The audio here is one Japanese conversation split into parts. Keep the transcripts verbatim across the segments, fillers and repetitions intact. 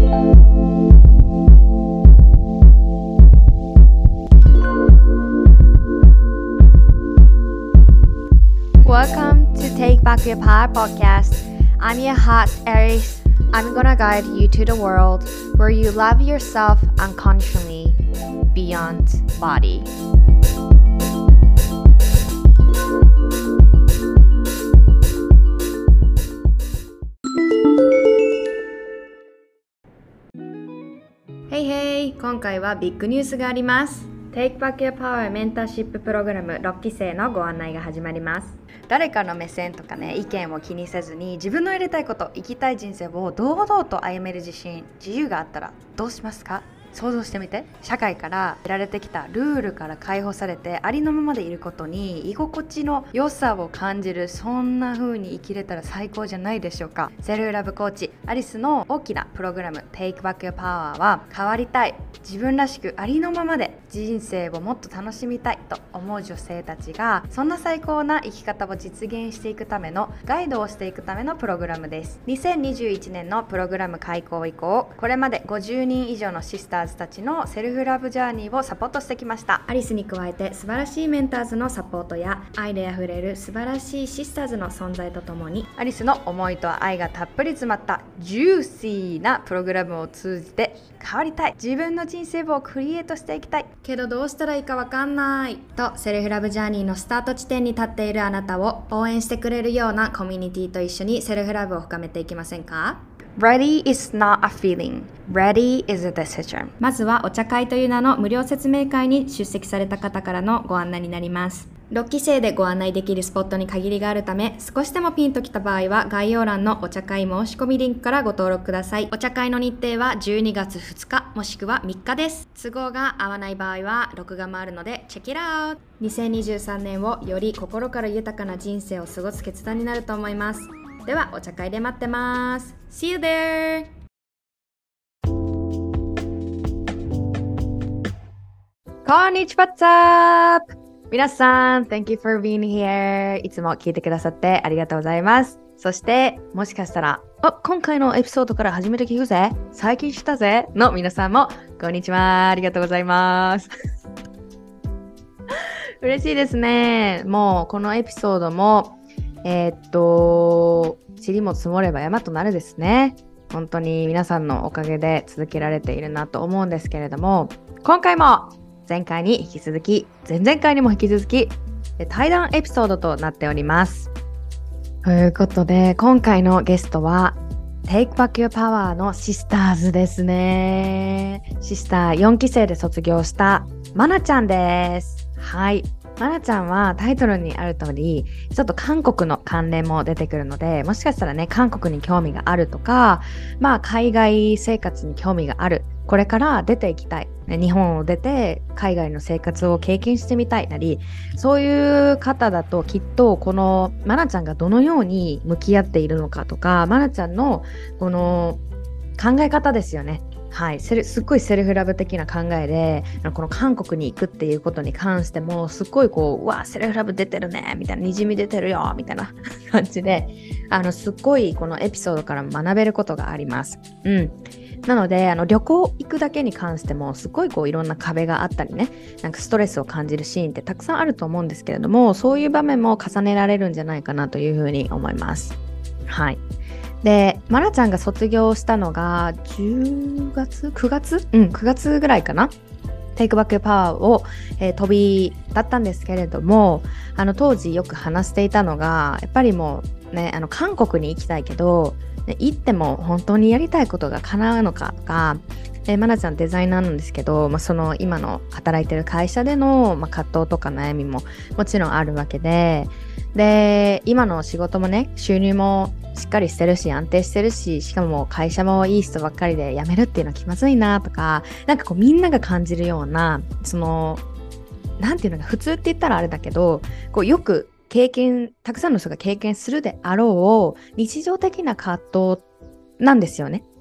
Welcome to Take Back Your Power podcast. I'm your host, Aries. I'm gonna guide you to the world where you love yourself unconsciously beyond body. Hey hey! 今回はビッグニュースがあります。Take Back Your Power メンターシッププログラムろっきせいのご案内が始まります。誰かの目線とかね、意見を気にせずに自分のやりたいこと、生きたい人生を堂々と歩める自信、自由があったらどうしますか？想像してみて。社会から得られてきたルールから解放されてありのままでいることに居心地の良さを感じる、そんな風に生きれたら最高じゃないでしょうか。セルフラブコーチアリスの大きなプログラム Take Back Your Power は、変わりたい、自分らしくありのままで人生をもっと楽しみたいと思う女性たちが、そんな最高な生き方を実現していくためのガイドをしていくためのプログラムです。にせんにじゅういちねんのプログラム開講以降、これまでごじゅうにん以上のシスターズたちのセルフラブジャーニーをサポートしてきました。アリスに加えて素晴らしいメンターズのサポートや愛であふれる素晴らしいシスターズの存在とともに、アリスの思いと愛がたっぷり詰まったジューシーなプログラムを通じて変わりたい、自分の人生をクリエイトしていきたいけどどうしたらいいかわかんないと、セルフラブジャーニーのスタート地点に立っているあなたを応援してくれるようなコミュニティと一緒にセルフラブを深めていきませんか？ Ready is not a feeling. Ready is a decision. まずはお茶会という名の無料説明会に出席された方からのご案内になります。ろっきせいでご案内できるスポットに限りがあるため、少しでもピンときた場合は概要欄のお茶会申し込みリンクからご登録ください。お茶会の日程はじゅうにがつふつかもしくはみっかです。都合が合わない場合は録画もあるのでチェックイットアウト。にせんにじゅうさんねんをより心から豊かな人生を過ごす決断になると思います。ではお茶会で待ってます。 See you there! こんにちは、What's up?皆さん、Thank you for being here. いつも聞いてくださってありがとうございます。そして、もしかしたら、あ、今回のエピソードから初めて聞くぜ、最近知ったぜの皆さんも、こんにちは。ありがとうございます。嬉しいですね。もう、このエピソードも、えー、っと、塵も積もれば山となるですね。本当に皆さんのおかげで続けられているなと思うんですけれども、今回も、前回に引き続き、前々回にも引き続き、対談エピソードとなっております。ということで、今回のゲストは、Take Back Your Power のシスターズですね。シスターよんきせいで卒業したマナちゃんです。はい。マナちゃんはタイトルにある通り、ちょっと韓国の関連も出てくるので、もしかしたらね、韓国に興味があるとか、まあ海外生活に興味がある。これから出ていきたい。日本を出て海外の生活を経験してみたいなり、そういう方だときっとこのマナちゃんがどのように向き合っているのかとか、マナちゃんのこの考え方ですよね。はい、セルすっごいセルフラブ的な考えで、この韓国に行くっていうことに関してもすっごいこう、うわセルフラブ出てるねみたいな、にじみ出てるよみたいな感じで、あのすっごいこのエピソードから学べることがあります。うん。なのであの旅行行くだけに関してもすごいこういろんな壁があったりね、なんかストレスを感じるシーンってたくさんあると思うんですけれども、そういう場面も重ねられるんじゃないかなというふうに思います。はい。で、マナちゃんが卒業したのがじゅうがつ ?くがつ? うん、くがつぐらいかな。Take Back Your Power を、えー、飛びだったんですけれども、あの当時よく話していたのが、やっぱりもうね、あの韓国に行きたいけど、ね、行っても本当にやりたいことが叶うのかとか、えー、マナちゃんデザイナーなんですけど、まあ、その今の働いてる会社での、まあ、葛藤とか悩みももちろんあるわけで、で今の仕事もね、収入もしっかりしてるし安定してるし、しかも会社もいい人ばっかりで辞めるっていうのは気まずいなとか、なんかこうみんなが感じるような、そのなんていうのが普通って言ったらあれだけど、こうよく経験たくさんの人が経験するであろう日常的な葛藤なんですよね。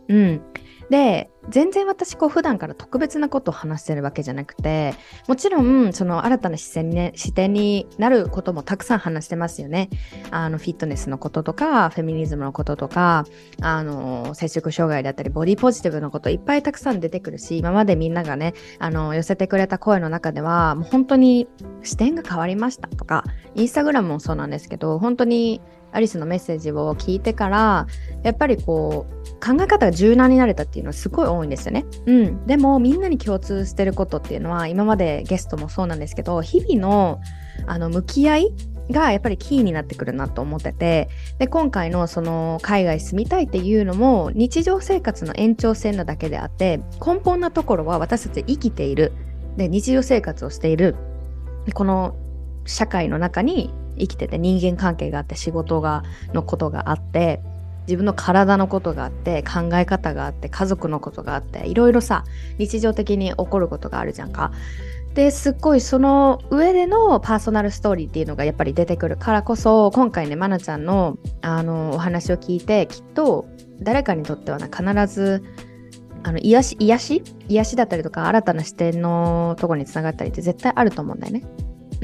うん。で、全然私こう普段から特別なことを話してるわけじゃなくて、もちろんその新たな視線に、ね、視点になることもたくさん話してますよね。あのフィットネスのこととか、フェミニズムのこととか、あの摂食障害だったり、ボディポジティブのこといっぱいたくさん出てくるし、今までみんながね、あの寄せてくれた声の中では、もう本当に視点が変わりましたとか、インスタグラムもそうなんですけど、本当にアリスのメッセージを聞いてから、やっぱりこう、考え方が柔軟になれたっていうのはすごい多いんですよね。うん。でもみんなに共通してることっていうのは今までゲストもそうなんですけど日々のあの向き合いがやっぱりキーになってくるなと思っててで今回のその海外住みたいっていうのも日常生活の延長線なだけであって根本なところは私たち生きているで日常生活をしているこの社会の中に生きてて人間関係があって仕事がのことがあって自分の体のことがあって考え方があって家族のことがあっていろいろさ日常的に起こることがあるじゃんか。ですっごいその上でのパーソナルストーリーっていうのがやっぱり出てくるからこそ今回ねまなちゃんの、あのお話を聞いてきっと誰かにとってはね必ずあの癒し癒し癒しだったりとか新たな視点のところにつながったりって絶対あると思うんだよね。うん。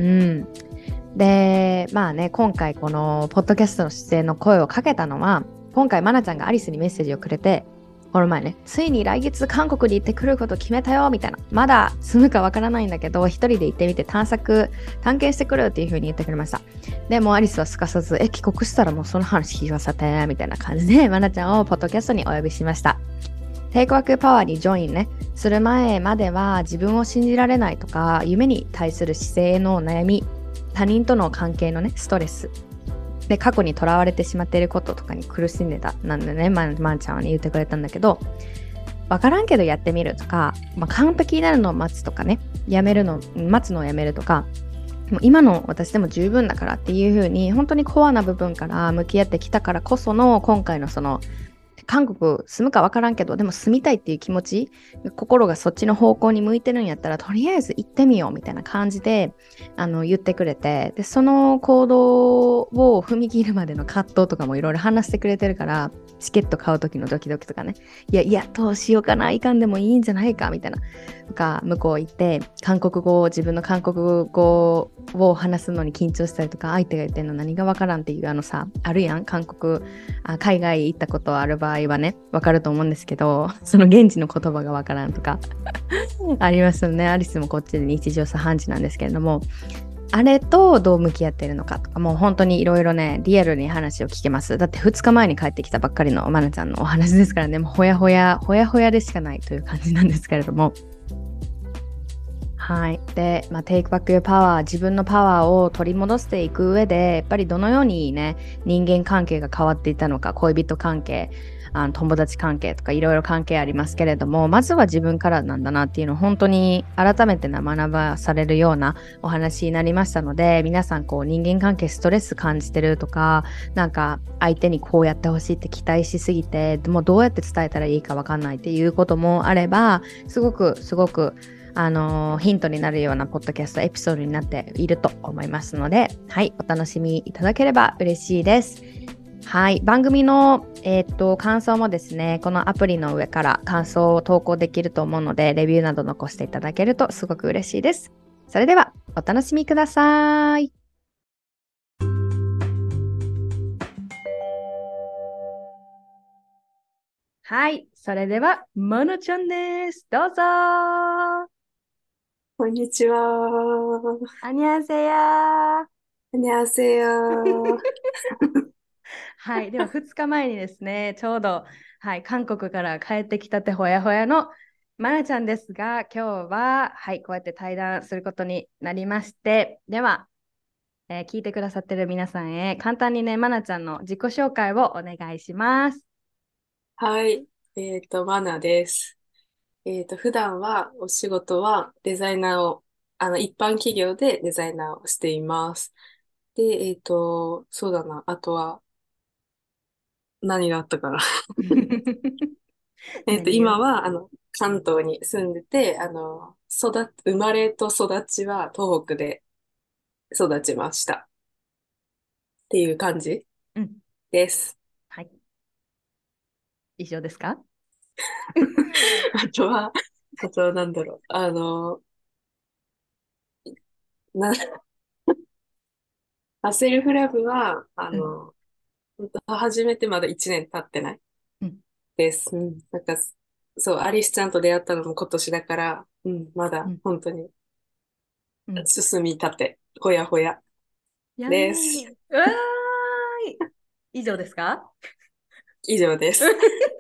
でまあね今回このポッドキャストの出演の声をかけたのは今回まなちゃんがアリスにメッセージをくれてこの前ねついに来月韓国に行ってくること決めたよみたいなまだ住むかわからないんだけど一人で行ってみて探索探検してくるっていう風に言ってくれました。でもアリスはすかさずえ帰国したらもうその話聞かせてみたいな感じでまなちゃんをポッドキャストにお呼びしました。テイクワークパワーにジョインねする前までは自分を信じられないとか夢に対する姿勢への悩み他人との関係のねストレスで過去にとらわれてしまっていることとかに苦しんでたなんでねまん、まんちゃんはね言ってくれたんだけど分からんけどやってみるとか、まあ、完璧になるのを待つとかねやめるの待つのをやめるとかもう今の私でも十分だからっていう風に本当にコアな部分から向き合ってきたからこその今回のその韓国住むか分からんけどでも住みたいっていう気持ち心がそっちの方向に向いてるんやったらとりあえず行ってみようみたいな感じであの言ってくれてでその行動を踏み切るまでの葛藤とかもいろいろ話してくれてるからチケット買う時のドキドキとかねいやいやどうしようかないかんでもいいんじゃないかみたいなとか向こう行って韓国語自分の韓国語を話すのに緊張したりとか相手が言ってるの何が分からんっていうあのさあるやん韓国あ海外行ったことある場合はね分かると思うんですけどその現地の言葉が分からんとかありますよね。アリスもこっちで日常茶飯事なんですけれどもあれとどう向き合ってるのかとかもう本当にいろいろねリアルに話を聞けます。だってふつかまえに帰ってきたばっかりのまなちゃんのお話ですからねもうほやほやほやほやでしかないという感じなんですけれどもはい。で、まあ、テイクバックパワー、自分のパワーを取り戻していく上で、やっぱりどのようにね、人間関係が変わっていったのか、恋人関係、あの友達関係とかいろいろ関係ありますけれども、まずは自分からなんだなっていうのを本当に改めて学ばされるようなお話になりましたので、皆さんこう人間関係ストレス感じてるとか、なんか相手にこうやってほしいって期待しすぎて、もうどうやって伝えたらいいかわかんないっていうこともあれば、すごくすごくあのー、ヒントになるようなポッドキャストエピソードになっていると思いますので、はい、お楽しみいただければ嬉しいです。はい、番組の、えーっと、感想もですね、このアプリの上から感想を投稿できると思うので、レビューなど残していただけるとすごく嬉しいです。それでは、お楽しみください。はい、それでは、まなちゃんです。どうぞー。 こんにちは。 あにゃせやー。 안녕하세요。 はい。では、ふつかまえにですね、ちょうど、はい、韓国から帰ってきたてほやほやのまなちゃんですが、今日は、はい、こうやって対談することになりまして、では、えー聞いてくださってる皆さんへ、簡単にね、まなちゃんの自己紹介をお願いします。 はい。えっと、マナです。えっと、普段はお仕事はデザイナーを、あの、一般企業でデザイナーをしています。で、えっと、そうだな。あとは何があったかな。えっと、 何が今は、あの、関東に住んでて、あの、育、生まれと育ちは東北で育ちました。っていう感じうん。 です。 はい。以上ですか？ あとは、あとはなんだろう。あの、な、あセルフラブは、あうん。 の、本当始めてまだいちねん経ってないうん。 です。うん。なんか、そう、アリスちゃんと出会ったのも今年だから、うん、まだうん。 本当にうん。 進みたて、ほやほややーです。 い。うわーい。以上ですか？ 以上です。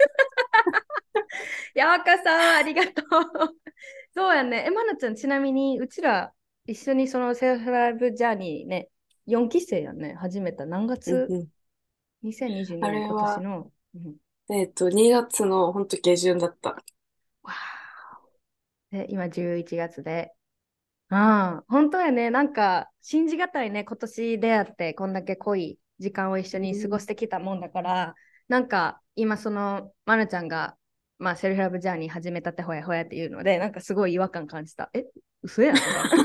やわかさん、ありがとう。そうやね。え、まなちゃん、ちなみに、うちら一緒にそのセルフライブジャーニーね、よんきせいやね、始めた。何月？ うんうん。 にせんにじゅうにあ年、今年れは、 の。うん、 えっと、にがつの本当下旬だった。 わーで、今じゅういちがつで。ああ、本当やね。なんか、信じがたいね。今年出会って、こんだけ濃い時間を一緒に過ごうん。 してきたもんだから、なんか、今、その、まなちゃんが、まあ、セルフラブジャーニー始めたってほやほやっていうので、なんかすごい違和感感じた。え、嘘やんみたいな。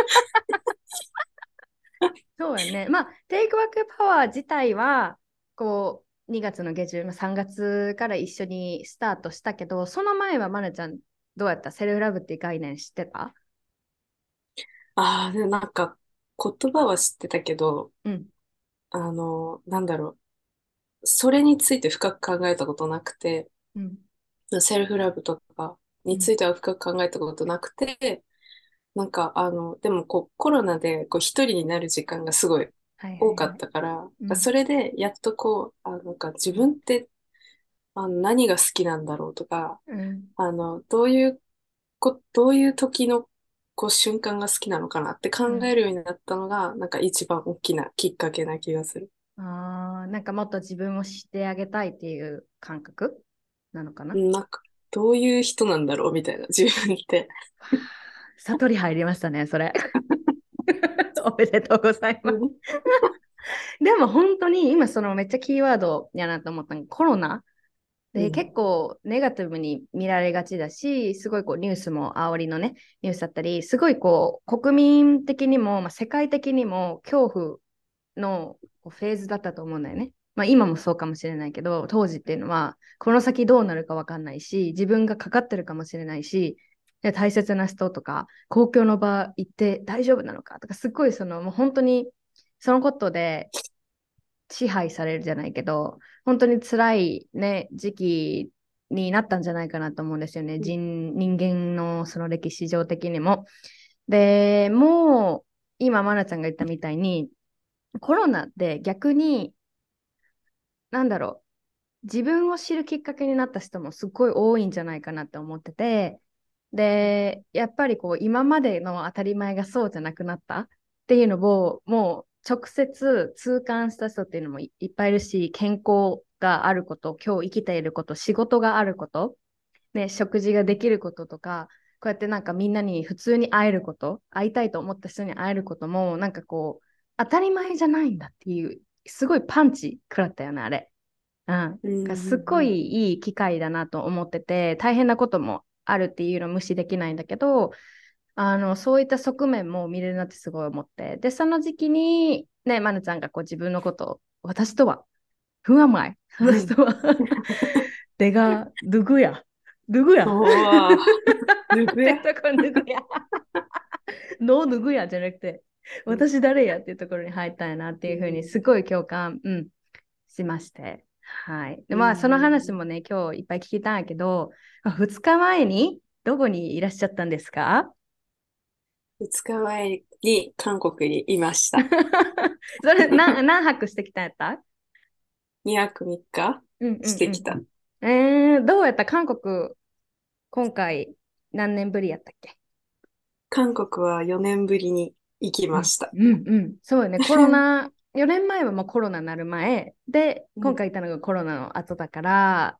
そうやね。まあ、テイクバックパワー自体は、こう、にがつの下旬、まあさんがつから一緒にスタートしたけど、その前はまなちゃん、どうやった？セルフラブっていう概念知ってた？ ああ、でもなんか、言葉は知ってたけど、 うん。 あの、なんだろう。それについて深く考えたことなくて、 うん。 セルフラブとかにつうん。 いては深く考えたことなくて、なんか、あの、でもこう、コロナでこう一人になる時間がすごいはいは多かっいはい。 たから、 うん。 それでやっとこう、あ、なんか自分ってあの何が好きなんだろうとか、 うん。 あの、どういうこ、どういう時のこう瞬間が好きなのかなってうん。 考えるようになったのが、なんか一番大きなきっかけな気がする。 ああ、なんかもっと自分を知ってあげたいっていう感覚なのかな。 うんなんか、どういう人なんだろうみたいな、自分って。 悟り入りましたね、それ。おめでとうございます。 うんでも本当に今そのめっちゃキーワードやなと思ったのがコロナで、結うん構ネガティブに見られがちだし、すごいこうニュースも煽りのね、ニュースだったり、すごいこう国民的にも、まあ、世界的にも恐怖のこうフェーズだったと思うんだよね。まあ今もそうかもしれないけど、当時っていうのは、この先どうなるかわかんないし、自分がかかってるかもしれないし、で大切な人とか、公共の場行って大丈夫なのかとか、すっごいその、もう本当にそのことで支配されるじゃないけど、本当に辛いね、時期になったんじゃないかなと思うんですよね。人、人間のその歴史上的にも。で、もう、今、まなちゃんが言ったみたいに、コロナで逆に、なんだろう、自分を知るきっかけになった人もすっごい多いんじゃないかなって思ってて、で、やっぱりこう、今までの当たり前がそうじゃなくなったっていうのを、もう直接痛感した人っていうのもい、いっぱいいるし、健康があること、今日生きていること、仕事があること、ね、食事ができることとか、こうやってなんかみんなに普通に会えること、会いたいと思った人に会えることも、なんかこう、当たり前じゃないんだっていう、すごいパンチ食らったよね、あれ。うん。 うんうがすっごんうんいいい機会だなと思ってて、大変なこともあるっていうのを無視できないんだけど、あの、そういった側面も見れるなってすごい思って。で、その時期に、ね、まなちゃんがこう自分のことを、私とは、Who am I? うん私とは、でが、どぐや、どぐや。 おー、ぬぐや。 ってとこ、ぬぐや。のぬぐやじゃなくて、 うん私誰やっていうところに入ったんやなっていうふうに、すごい共感、うん、しまして。はい。で、 うんまあ、その話うんもね、今日いっぱい聞きたんやけど、ふつかまえにどこにいらっしゃったんですか？ ふつかまえに韓国にいました。 それ何、何泊してきたんやった？ にはくみっかうんうんしてきた。 うん。えー、どうやった韓国、今回何年ぶりやったっけ？ 韓国はよねんぶりに行きうんました。 うんうん。そうよね。コロナ、よねんまえはもうコロナになる前で、 うん、 今回行ったのがコロナの後だから、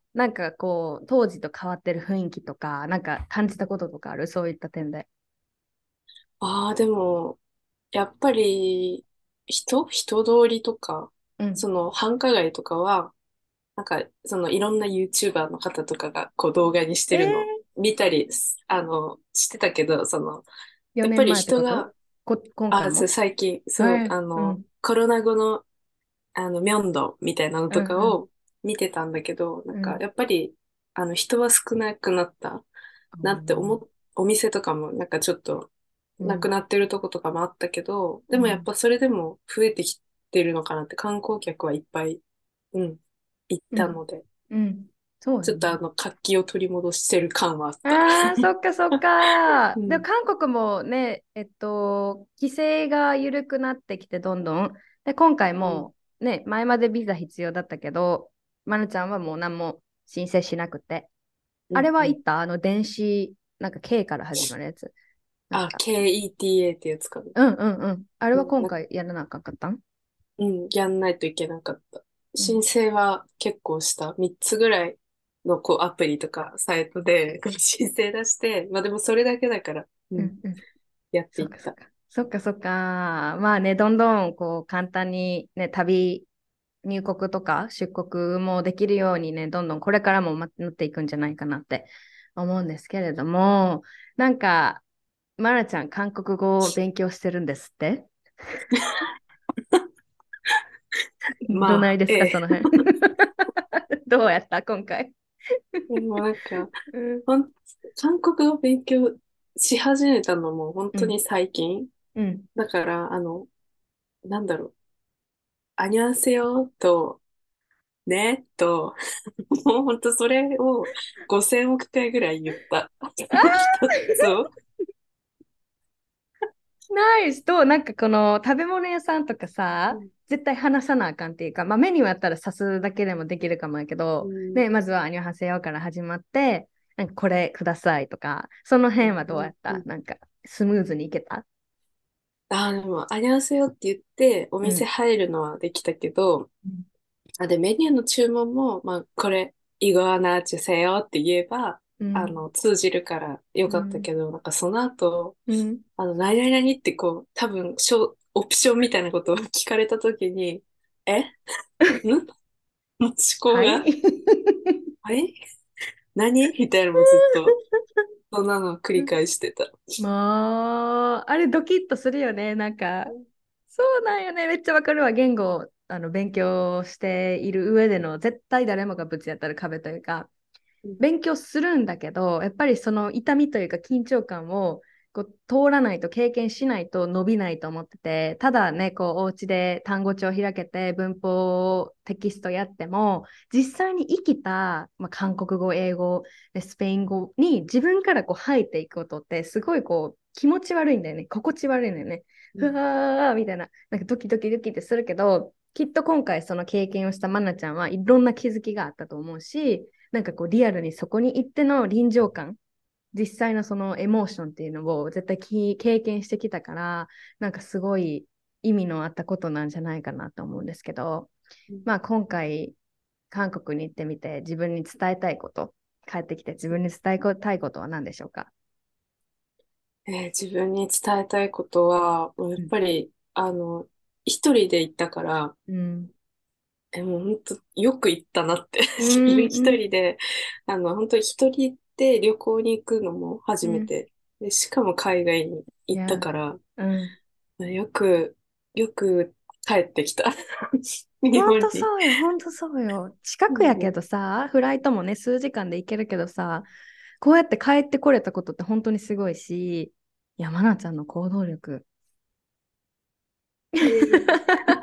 なんかこう、当時と変わってる雰囲気とか、なんか感じたこととかある？そういった点で。 ああ、でも、やっぱり、人人通りとか、 うん。 その繁華街とかは、なんか、そのいろんな YouTuber の方とかがこう動画にしてるのをえー、 見たり、あの、してたけど、その、やっ 4 ぱり年前ってこと人が、 こ、今回あ、そうも？ 最近、そう、 はい。 あの、 うん。 コロナ後の、あの、明洞みたいなのうんうん。 とかを見てたんだけど、なんか、 うん。 やっぱり、 あの、人は少なくなったなって思っ、お店とかもなんかちょっとなくうん。 なってるとことかもあったけど、でもやっうん。 ぱそれでも増えてきてるのかなって、観光客はいっぱい、うん、行っうん。 たので、 うん。そうよね。 ちょっとあの、活気を取り戻してる感はあった。 ああ、そっかそっか。でもうん。 韓国もね、えっと、規制が緩くなってきて、どんどん。で、今回うん。 もね、前までビザ必要だったけど、まるちゃんはもう何も申請しなくて。あれうん。うん。 は行ったあの電子、なんか K から始まるやつ。なんあ、 か、 ケーイーティーエー ってやつかな。 うんうんうん。あれはうん。な今回やらなあかんかったん？ うん、やんないといけなかった。 うん。 申請は結構した。みっつぐらいのこうアプリとかサイトでこう申請出して、まあでもそれだけだから、うん、 うんうん。 やっていった。 そっかそっか。そっかそっか。まあね、どんどんこう簡単にね、旅、入国とか出国もできるようにね、どんどんこれからもまなっていくんじゃないかなって思うんですけれども、なんか、まなちゃん、韓国語を勉強してるんですって？どなまあ、 いですか、そええ。 の辺。どうやった今回？ でもなんか、 うん。 ほん、韓国語を勉強し始めたのも本うん。 当に最近。 うん。 だから、あの、なんだろう、アニョンセヨと、ね、と、もう本当それをごせんおく回ぐらい言った。一つを。 ナイスと、なんかこの食べ物屋さんとかさ、 うん。 絶対話さなあかんっていうか、まあメニューあったら指すだけでもできるかもやけど、 うん。 ね、まずはアニョハセヨから始まって、なんかこれくださいとか、その辺はどうやっうん。 た？なんかスムーズにいけた？ ああ、でも、ありますよって言って、お店うん。 入るのはできたけど、 うん。 あ、で、メニューの注文も、まあ、これ、イグアナチュセヨって言えば、 うん。 あの、通じるからよかったうん。 けど、なんかその後、 うん。 あの、何々々ってこう、多分、ショオプションみたいなことを聞かれたときに、えん思考はい。 が、あれ何みたいなのもずっと、そんなのを繰り返してた。 まあ、あれドキッとするよね。なんか、そうなんよね。めっちゃわかるわ。言語をあの勉強している上での絶対誰もがぶち当たる壁というか、 うん。 勉強するんだけど、やっぱりその痛みというか緊張感をこう通らないと経験しないと伸びないと思ってて、ただね、こうお家で単語帳を開けて文法テキストやっても、実際に生きた、まあ、韓国語、英語、スペイン語に自分からこう入っていくことってすごいこう気持ち悪いんだよね。心地悪いんだよね。ふうん。 わーみたいな、なんかドキドキドキってするけど、きっと今回その経験をしたマナちゃんはいろんな気づきがあったと思うし、なんかこうリアルにそこに行っての臨場感、実際のそのエモーションっていうのを絶対き経験してきたから、なんかすごい意味のあったことなんじゃないかなと思うんですけど、 うん。 まあ今回韓国に行ってみて自分に伝えたいこと、帰ってきて自分に伝えたいことは何でしょうか？ えー自分に伝えたいことは、もうやっうん。 ぱり、あの、一人で行ったから、 うん。 え、もう本当よく行ったなって。 う自分ん。 一うん。 人で、あの、本当一人で旅行に行くのも初うん。 めて。で、しかも海外に行ったいや、 から、 うん。 よく、よく帰ってきた。日ほん本に。 とそうよ、ほんとそうよ。近くやけうん。 どさ、フライトもね、数時間で行けるけどさ、こうやって帰ってこれたことって本当にすごいし、山名ちゃんの行動力。 いえいえ。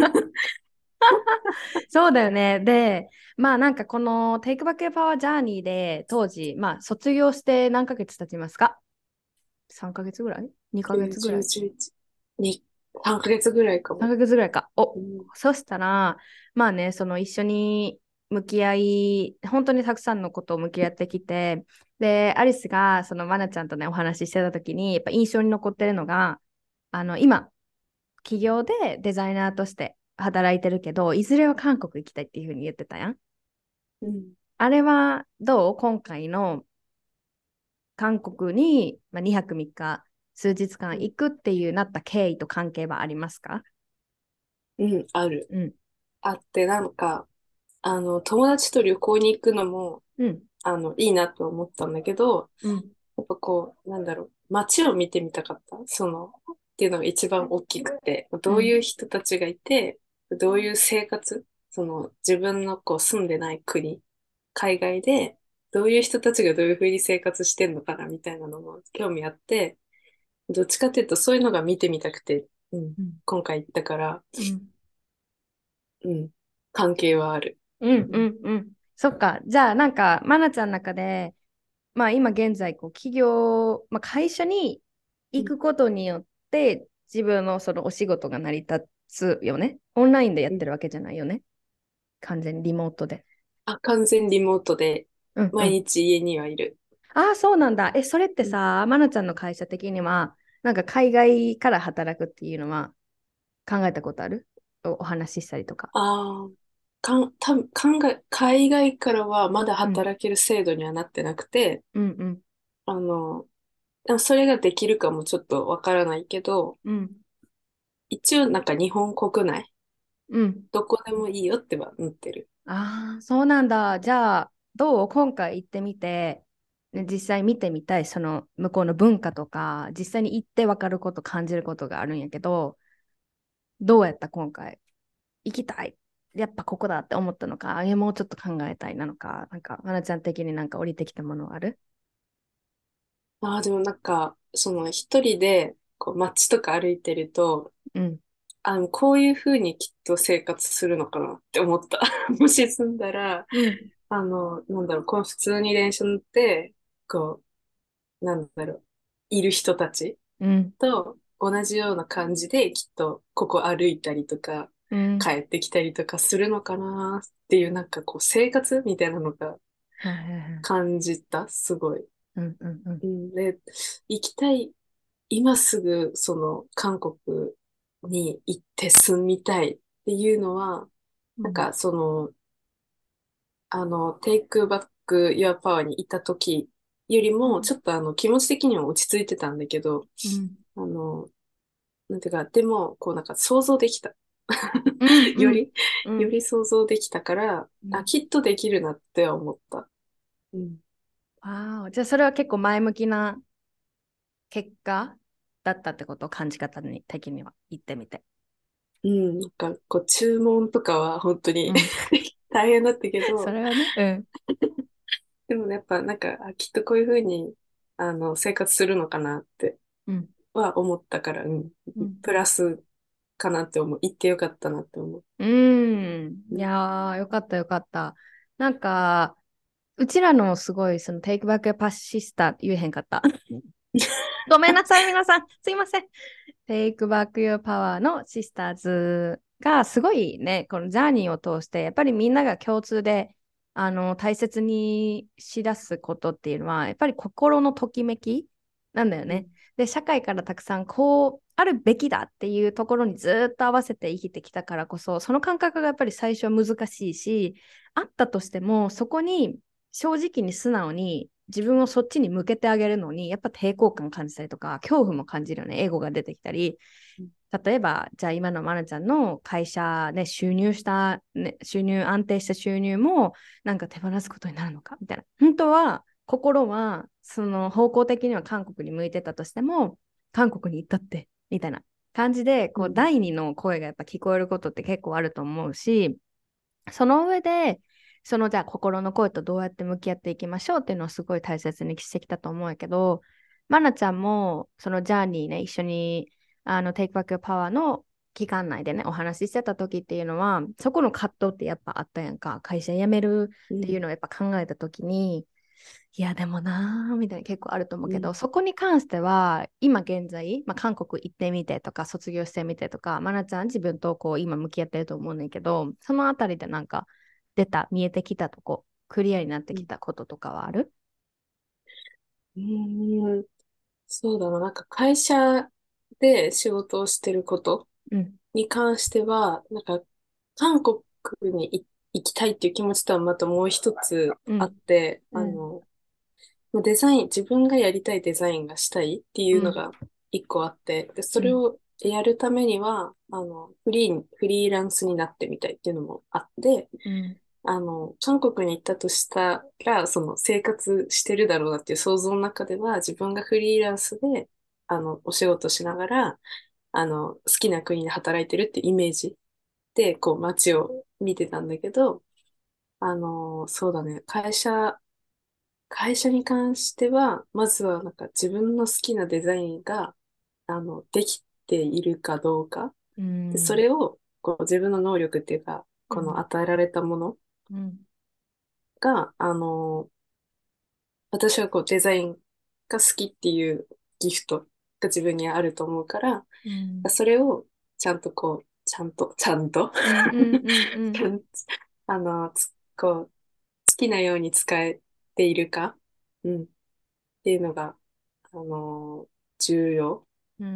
そうだよね。で、まあなんかこの Take Back Your Power Journey で当時、まあ卒業して何ヶ月経ちますか？ さん ヶ月ぐらい？ に ヶきゅう、じゅう、 月ぐらい？ じゅういち、に、さんかげつぐらいかさんも。 ヶ月ぐらいか。お、 うん。 そしたら、まあね、その一緒に向き合い、本当にたくさんのことを向き合ってきて、で、アリスがそのマナちゃんとね、お話ししてた時に、やっぱ印象に残ってるのが、あの、今、企業でデザイナーとして働いてるけど、いずれは韓国行きたいっていうふうに言ってたやん。 うん。 あれはどう？今回の韓国に、まあ、にはくみっか、数日間うん。 行くっていうなった経緯と関係はありますか？ うん、ある。 うん。 あって、なんか、あの、友達と旅行に行くのも、 うん。 あの、いいなと思ったんだけど、 うん。 やっぱこう、なんだろう、街を見てみたかった。その、っていうのが一番大きくて、どういううん。 人たちがいて、どういう生活、その、自分のこう住んでない国、海外で、 どういう人たちがどういうふうに生活してんのかなみたいなのも興味あって、どっちかっていうとそういうのが見てみたくて、うん、 うん。 今回行ったから、 うん。 うん、関係はある。 うんううん、 んうん。そっか。じゃあ、なんか、まなちゃんの中で、まあ今現在、こう、企業、まあ会社にうん、 行くことによって、自分のそのお仕事が成り立つよね。オンラインでやうん。 ってるわけじゃないよね。完全にリモートで。 あ、完全リモートで毎うんうん。 日家にはいる。 ああ、そうなんだ。え、それってうん、 さ、まなちゃんの会社的には、なんか海外から働くっていうのは考えたことある？お、お話ししたりとか。 ああ、かん、たぶん考え、海外からはまだうん。 働ける制度にはなってなくて、 うんうん。 あの、でもそれができるかもちょっとわからないけど、 うん。 一応なんか日本国内、 うん。 どこでもいいよってはなってる。 ああ、そうなんだ。じゃあ、どう今回行ってみて、ね、実際見てみたい、その向こうの文化とか、実際に行って分かること、感じることがあるんやけど、どうやった今回？行きたい。やっぱここだって思ったのか、いやもうちょっと考えたいなのか、なんか、まなちゃん的になんか降りてきたものある？ ああ、でもなんか、その一人でこう街とか歩いてると、 うん。 あの、こういうふうにきっと生活するのかなって思った。もし住んだら、 うん。 あの、なんだろう、こう普通に電車乗って、こう、なんだろう、いる人たちうん。 と同じような感じできっとここ歩いたりとか、 うん。 帰ってきたりとかするのかなっていうなんかこう生活みたいなのがはいはいはい。 感じた、すごい。 うんうんうん。 うんで、行きたい、今すぐその韓国に行って住みたいっていうのは、 うん。 なんかその、あの、テイクバック Your Power にいた時よりも、 うん。 ちょっとあの気持ち的には落ち着いてたんだけど、 うん。 あの、なんていうか、でも、こうなんか想像できた。 うん。うん。 より、 うん。 より想像できたから、あ、 うん。 きっとできるなって思った。うん。 ああ、じゃあそれは結構前向きな結果だったってこと？感じ方に的には言ってみて。 うん。なんか、こう、注文とかは本当にうん。 大変だったけそど、 れはね、うん。 でもねやっぱなんか、あ、きっとこういうふうに、あの、生活するのかなってうん。 は思ったから、うん。 うん。 プラスかなって思う。行ってよかったなって思う。 うーん。いうん。 やー、よかったよかった。なんか、うちらのすごい、その、テイクバックパシスタって言えへんかった。ごめんなさい、皆さん。すいません。Take Back Your Power のシスターズがすごいね、このジャーニーを通して、やっぱりみんなが共通であの大切にしだすことっていうのは、やっぱり心のときめきなんだよね。 うん。 で、社会からたくさんこうあるべきだっていうところにずっと合わせて生きてきたからこそ、その感覚がやっぱり最初は難しいし、あったとしても、そこに正直に素直に自分をそっちに向けてあげるのに、やっぱ抵抗感感じたりとか、恐怖も感じるよね。エゴが出てきたり。例えば、じゃあ今のまなちゃんの会社で収入した、ね、収入、安定した収入もなんか手放すことになるのかみたいな。本当は、心は、その方向的には韓国に向いてたとしても、韓国に行ったって、みたいな感じで、こう、 うん。 第二の声がやっぱ聞こえることって結構あると思うし、その上で、そのじゃあ心の声とどうやって向き合っていきましょうっていうのをすごい大切にしてきたと思うんやけど、まなちゃんもそのジャーニーね、一緒にあの Take Back Your Power の期間内でね、お話ししてた時っていうのは、そこの葛藤ってやっぱあったやんか。会社辞めるっていううん。 のをやっぱ考えた時に、いやでもなーみたいな結構あると思うけど、 うん。 そこに関しては今現在、まあ、韓国行ってみてとか卒業してみてとか、まなちゃん自分とこう今向き合ってると思うねんだけど、そのあたりでなんか出た、見えてきたとこ、クリアになってうん。 きたこととかはある？ うーん、そうだな。なんか会社で仕事をしてることうん。 に関しては、なんか韓国にい行きたいっていう気持ちとはまたもう一つあっうん。 て、 うん。 あの、デザイン、自分がやりたいデザインがしたいっていうん。 うのが一個あって、で、そうん。 れをやるためには、あの、フリー、フリーランスになってみたいっていうのもあって、 うん。 あの、韓国に行ったとしたら、その生活してるだろうなっていう想像の中では、自分がフリーランスで、あの、お仕事しながら、あの、好きな国で働いてるってイメージで、こう、街を見てたんだけど、あの、そうだね、会社会社に関しては、まずはなんか自分の好きなデザインが、あの、できているかどうか。 うで、そん。 れを、こう自分の能力っていうか、このうん。 与えられたものうん。 が、あの、私はこうデザインが好きっていうギフトが自分にあると思うから、 うん。 それをちゃんとこう、ちゃんと、ちゃんとうん。うん。うん。うん。 ちゃんと、あの、つこう、好きなように使えているか、うん、っていうのが、あの、重要うん。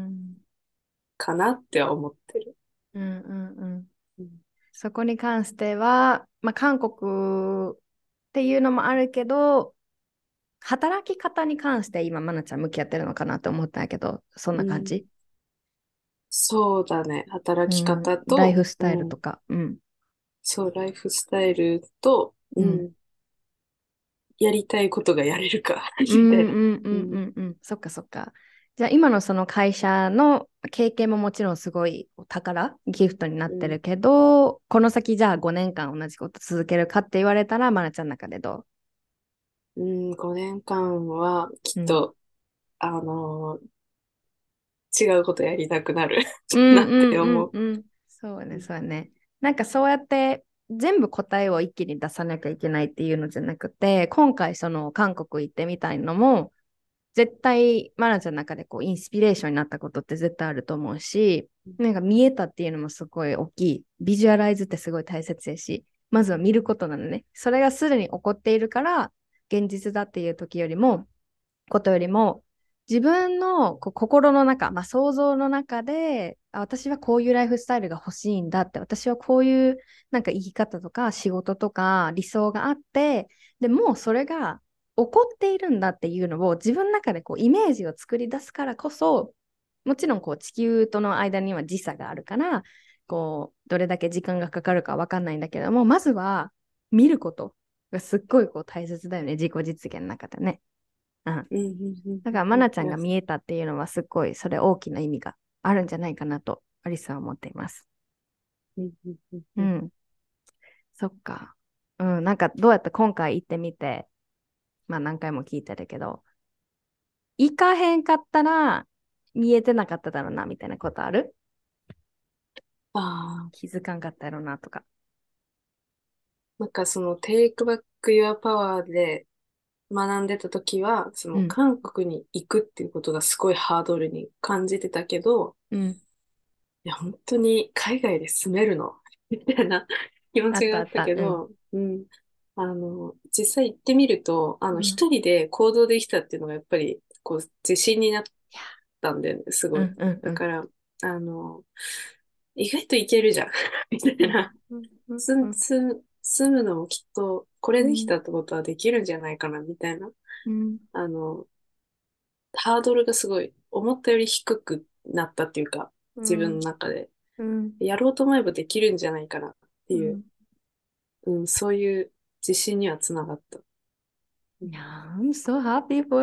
かなっては思ってる。 うん。うん。 うん、 そこに関しては、まあ、韓国っていうのもあるけど、働き方に関して今、まなちゃん向き合ってるのかなと思ったんやけど、そんうん、 な感じ？ そうだね。働きうん、 方と、 ライフスタイルうん、 とか。うん。 そう、ライフスタイルと、ううん。 ん、やりたいことがやれるかうみたいな。 んうんうんううん、 んうん。そっかそっか。じゃあ今のその会社の経験ももちろんすごい宝、ギフトになっうん、 てるけど、この先じゃあごねんかん同じこと続けるかって言われたら、まなちゃんの中でどうん、ごねんかんはきう？うん。 っと、あのー違うことやりたくなるうなんうんって思う。 うんうん。そうね、 うん、 そうね。なんかそうやって全部答えを一気に出さなきゃいけないっていうのじゃなくて、今回その韓国行ってみたいのも、絶対マナちゃんの中でこうインスピレーションになったことって絶対あると思うし、なんか見えたっていうのもすごい大きい。ビジュアライズってすごい大切やし、まずは見ることなのね。それがすでに起こっているから、現実だっていう時よりも、ことよりも、自分のこう心の中、まあ、想像の中で、あ、私はこういうライフスタイルが欲しいんだって、私はこういうなんか生き方とか仕事とか理想があって、でもうそれが起こっているんだっていうのを自分の中でこうイメージを作り出すからこそ、もちろんこう地球との間には時差があるから、こうどれだけ時間がかかるかわかんないんだけども、まずは見ることがすっごいこう大切だよね、自己実現の中でね。うん。 うん、うん、うん、 だから、 うん。 マナちゃいや、 んが見えたっていうのは、すっごい、それ大きな意味があるんじゃないかなと、アリスは思っています。 うん、うん、うん、うん。 うん。そっか。うん。なんか、どうやって今回行ってみて、まあ何回も聞いてるけど、行かへんかったら、見えてなかっただろうな、みたいなことある？ ああ、 気づかんかったやろうな、とか。 なんかその、テイクバックユアパワーで学んでた時は、その、 うん。 韓国に行くっていうことがすごいハードルに感じてたけど、 うん。 いや、本当に海外で住めるのみたいな気持あっちがあったたあった。うん。 けど、うん。あの、実際行ってみると、あの、 うん。 一人で行動できたっていうのがやっぱり、こう、自信になっいや、 たんだよね、すごい。 うんうんうん。 だから、あの、意外といけるじゃんみたいうんな。 うんうん住ん、 うん住む、住むのもきっと、これうんできたってことはできるんじゃないかな、みたいな。 うんあの、ハードルがすごい、思ったより低くなったっていうか、自分のうん中で。 うんやろうと思えばできるんじゃないかなっていう、 うん。 うん、そういう自信にはつながった。ういやん、 ー、I'm so happy for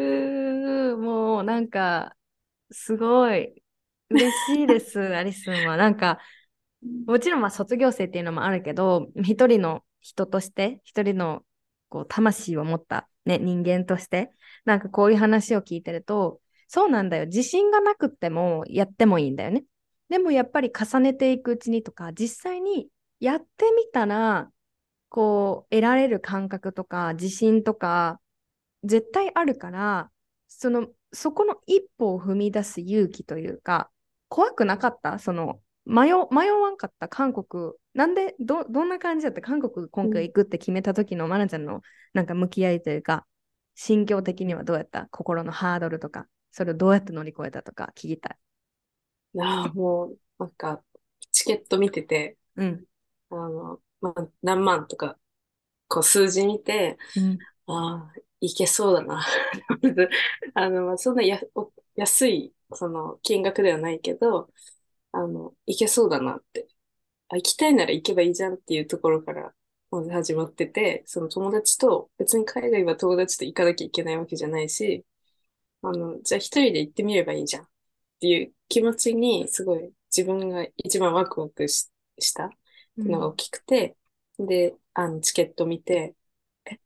you. もうなんか、すごい嬉しいです、アリスンは。なんか、もちろんまあ卒業生っていうのもあるけど、一人の人として、一人のこう魂を持った、ね、人間として、なんかこういう話を聞いてると、そうなんだよ。自信がなくってもやってもいいんだよね。でもやっぱり重ねていくうちにとか、実際にやってみたら、こう、得られる感覚とか、自信とか、絶対あるから、その、そこの一歩を踏み出す勇気というか、怖くなかったその、迷、迷わんかった韓国。なんで、ど、どんな感じだった韓国今回うん、 行くって決めた時のマナちゃんのなんか向き合いというか、心境的にはどうやった？心のハードルとか、それをどうやって乗り越えたとか聞きたい。 ああ、もう、なんか、チケット見てて、 うん。 あの、まあ、何万とか、こう数字見て、 うん。 ああ、いけそうだな。あの、まあそんなや、お安い、その、金額ではないけど、あの、いけそうだなって。あ、行きたいなら行けばいいじゃんっていうところから、まず始まってて、その友達と、別に海外は友達と行かなきゃいけないわけじゃないし、あの、じゃあ一人で行ってみればいいじゃんっていう気持ちに、すごい自分が一番ワクワクし、したっていうのが大うん。 きくて、で、あの、チケット見て、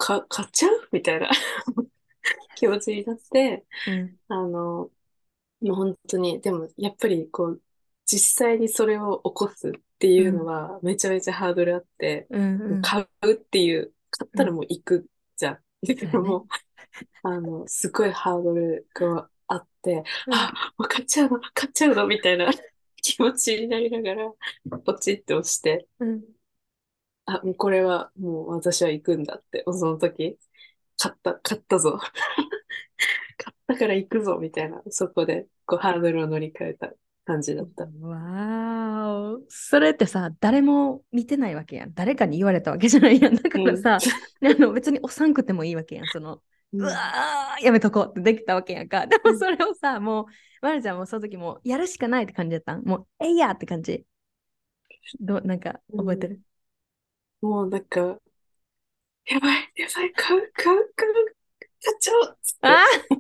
か、買っちゃうみたいな気持ちになって、 うん。 あの、もう本当に、でもやっぱりこう、実際にそれを起こすっていうのうん。 はめちゃめちゃハードルあって、 うん。うん。 買うっていう、買ったらうん。 もう行くじゃん。だかそうやね。 らもう、あの、すごいハードルがあって、 うん。 あ、もう買っちゃうの、買っちゃうのみたいな気持ちになりながら、ポチって押して、 うん。 あ、もうこれはもう私は行くんだって、その時、買った、買ったぞ。買ったから行くぞ、みたいな、そこで、こう、ハードルを乗り換えた感じだった。 わーお。それってさ、誰も見てないわけやん。誰かに言われたわけじゃないやん。だかうん。 らさ、あの別におさんくてもいいわけやん。その、うわうん。 ー、やめとこうってできたわけやんか。でうん。 もそれをさ、もう、まるちゃんもその時もうやるしかないって感じだったん。もう、えいやって感じ。どう、なんか覚えてる？ もうなんか、やばい、やばい、買う、買う、買う、買っちゃおうっつって。 あー、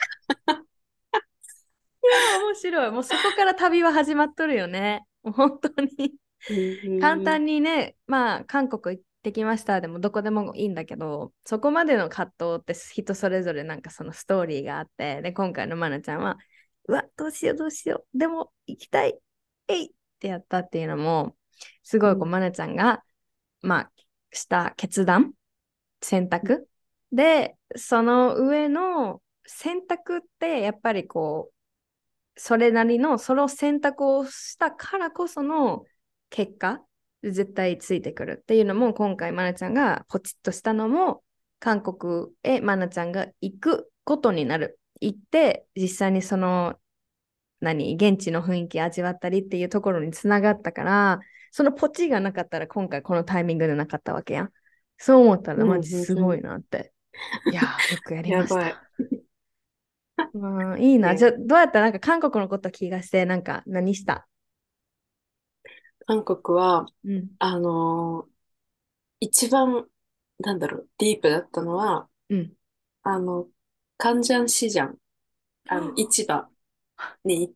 いや、面白い。もうそこから旅は始まっとるよね。もう本当に。 うん、うん、 簡単にね、まあ、韓国行ってきましたでもどこでもいいんだけど、そこまでの葛藤って人それぞれなんかそのストーリーがあって、で、今回のマナちゃんは、うわ、どうしようどうしよう、でも行きたい、えいってやったっていうのも、すごいこう、 うん、 マナちゃんが、まあ、した決断、選択で、その上の選択ってやっぱりこう、それなりのその選択をしたからこその結果絶対ついてくるっていうのも今回マナちゃんがポチッとしたのも韓国へマナちゃんが行くことになる。行って実際にその何現地の雰囲気味わったりっていうところにつながったからそのポチがなかったら今回このタイミングでなかったわけやん。そう思ったらうん、 マジすごいうん。 なって。いやーよくやりました。 やばい。 うん、いいな。じゃあいや、 どうやったらなんか韓国のこと気がしてなんか何した？ 韓国は、 うん。 あのー一番、なんだろう、ディープだったのは、 うん。 あの、カンジャンシジャン、あの、市場に行って、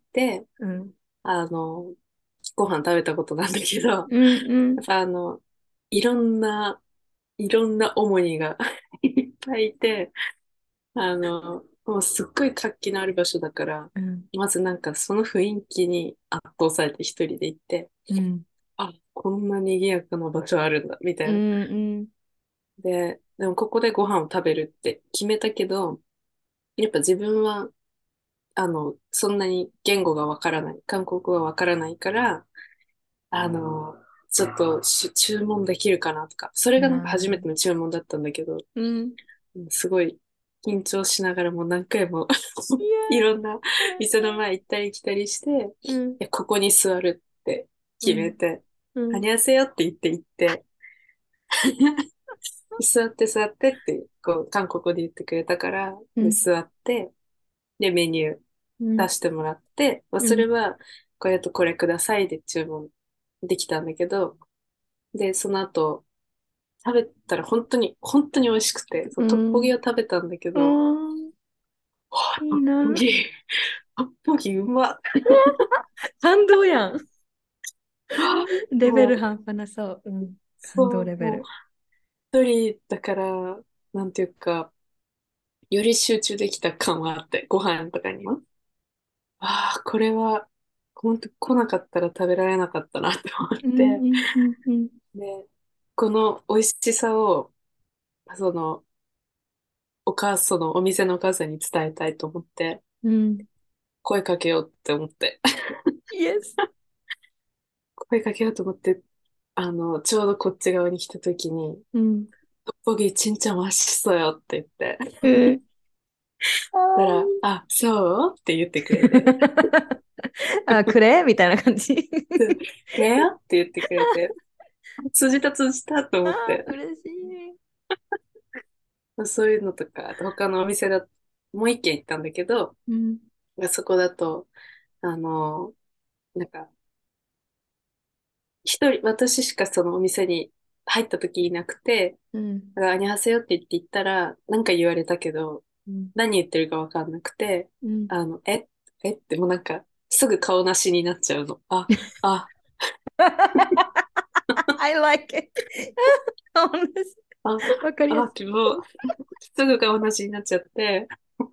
うん。 あの、ご飯食べたことなんだけど、やうんうん。 っぱあの、いろんな、いろんなオモニがいっぱいいて、あの、もうすっごい活気のある場所だから、 うん。 まずなんかその雰囲気に圧倒されて一人で行って、 うん。 あ、こんな賑やかな場所あるんだ、みたういな。 ん。 で、でもここでご飯を食べるって決めたけど、やっぱ自分は、あの、そんなに言語がわからない、韓国語がわからないから、あの、ちょっとし注文できるかなとか、それがなんか初めての注文だったんだけど、 うん。 うんすごい緊張しながらも何回もいやいろんな店のー、 前行ったり来たりして、いうん。 や、ここに座るってうん。 決めて、 うん。 はにゃせよって言って行って、座って座ってって、こう、韓国語で言ってくれたから、で、 うん。 座って、で、メニューうん。 出してもらって、まあ、 うん。 それは、これとこれくださいで注文できたんだけど、で、その後、食べたら本当に、本当に美味しくて、そう、トッポギを食べたんだけうど、 ん。 わあ、トッいいな。 ポギ、トッポギうまっ。 感動やん。 わあレベルもう、 半端なそう。うん。感動そう、もう、 レベル。 一人だから、なんていうか、より集中できた感はあって、ご飯とかにも。ああ、これは、本当来なかったら食べられなかったなって思っうんて、 うんうんうん。 で、この美味しさを、その、お母そのお店のお母さんに伝えたいと思って、 うん。 声かけようって思って、 イエス。 声かけようと思って、あの、ちょうどこっち側に来た時に、 うん。 トッポギちんちゃん美味しそうよって言って、 うん。あたら、 ーあ、そうって言ってくれて、 あ、くれみたいな感じ。 でくれよって言ってくれて、通じた通じたとあ思って、 ー、嬉しい。 そういうのとか、あと他のお店だ、もう一軒行ったんだけど、 うん。 そこだと、あの、なんか、一人、私しかそのお店に入った時いなくて、 うん。 だから、アニハセヨって言って言ったら、なんか言われたけど、 うん。 何言ってるかわかんなくて、 うん。 あの、ええってもうなんか、すぐ顔なしになっちゃうの。あ、あ、 I like it. 同じ。 あ、 わかりやすあ、でも、すぐが同じになっちゃって、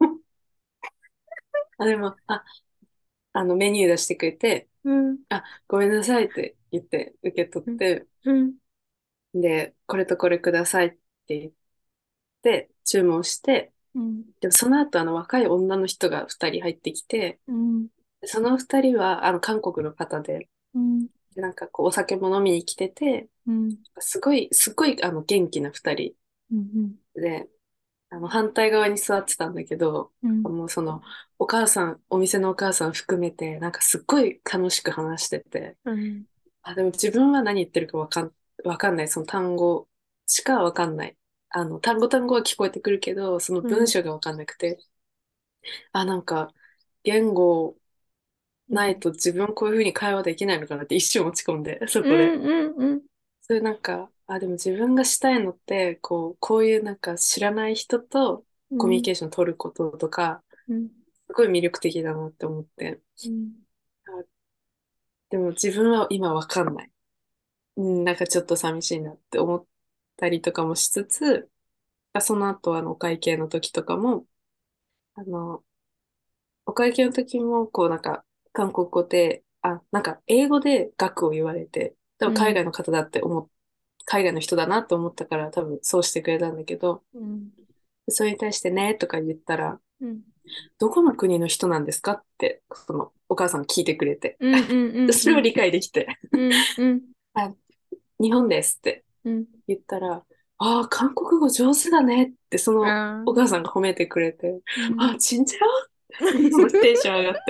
あ、でも、あ、あの、メニュー出してくれて、 い。うん。 あ、ごめんなさいって言って受け取っうん。 て、 うん。 で、これとこれくださいって言って注文して、 うん。 でもその後あの若い女の人が二人入ってきて、 うん。 その二人はあの韓国の方で、 うん。 でなんかこうお酒も飲みに来てて、 うん。 すごい、すごいあの元気な二人うん。 で、あの反対側に座ってたんだけど、 うん。 もうそのお母さん、お店のお母さん含めて、なんかすっごい楽しく話してて、 うん。 あ、でも自分は何言ってるかわかん、わかんない。その単語しかわかんない。あの、単語単語は聞こえてくるけど、そのうん。 文章がわかんなくて、あ、なんか、言語うん。 ないと自分こういうふうに会話できないのかなって一瞬落ち込んで、そうこで。 ん。うん。 そういうなんか、あ、でも自分がしたいのって、こう、こういうなんか知らない人とコミュニうん。 ケーション取ることとか、 うん。 すごい魅力的だなって思って。 うん。 あ、でも自分は今わかんない。うん、なんかちょっと寂しいなって思ったりとかもしつつ、あその後、あの、お会計の時とかも、あの、お会計の時も、こう、なんか、韓国語で、あ、なんか、英語で額を言われて、多分海うん。 外の方だって思っ、海外の人だなと思ったから、多分そうしてくれたんだけど、 うん。 それに対してね、とか言ったら、 うん。 どこの国の人なんですかって、その、お母さん聞いてくれて。 うん。うん。 それを理解できて、 うん。うん。 あ、日本ですってうん。 言ったら、ああ、韓国語上手だねって、そのあお母さんが褒めてくれて、 ー。うん。 あ、チンジャオテンション上がって、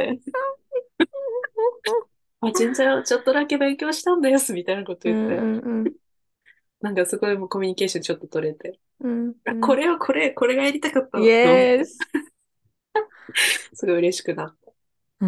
あ、チンジャオちょっとだけ勉強したんです、みたいなことうん。 言って、 うん。 なんかそこでもコミュニケーションちょっと取れて、 うん。 あ、 うん。 これはこれ、これがやりたかったイのって思って、 エス。 すごい嬉しくなった。 うん。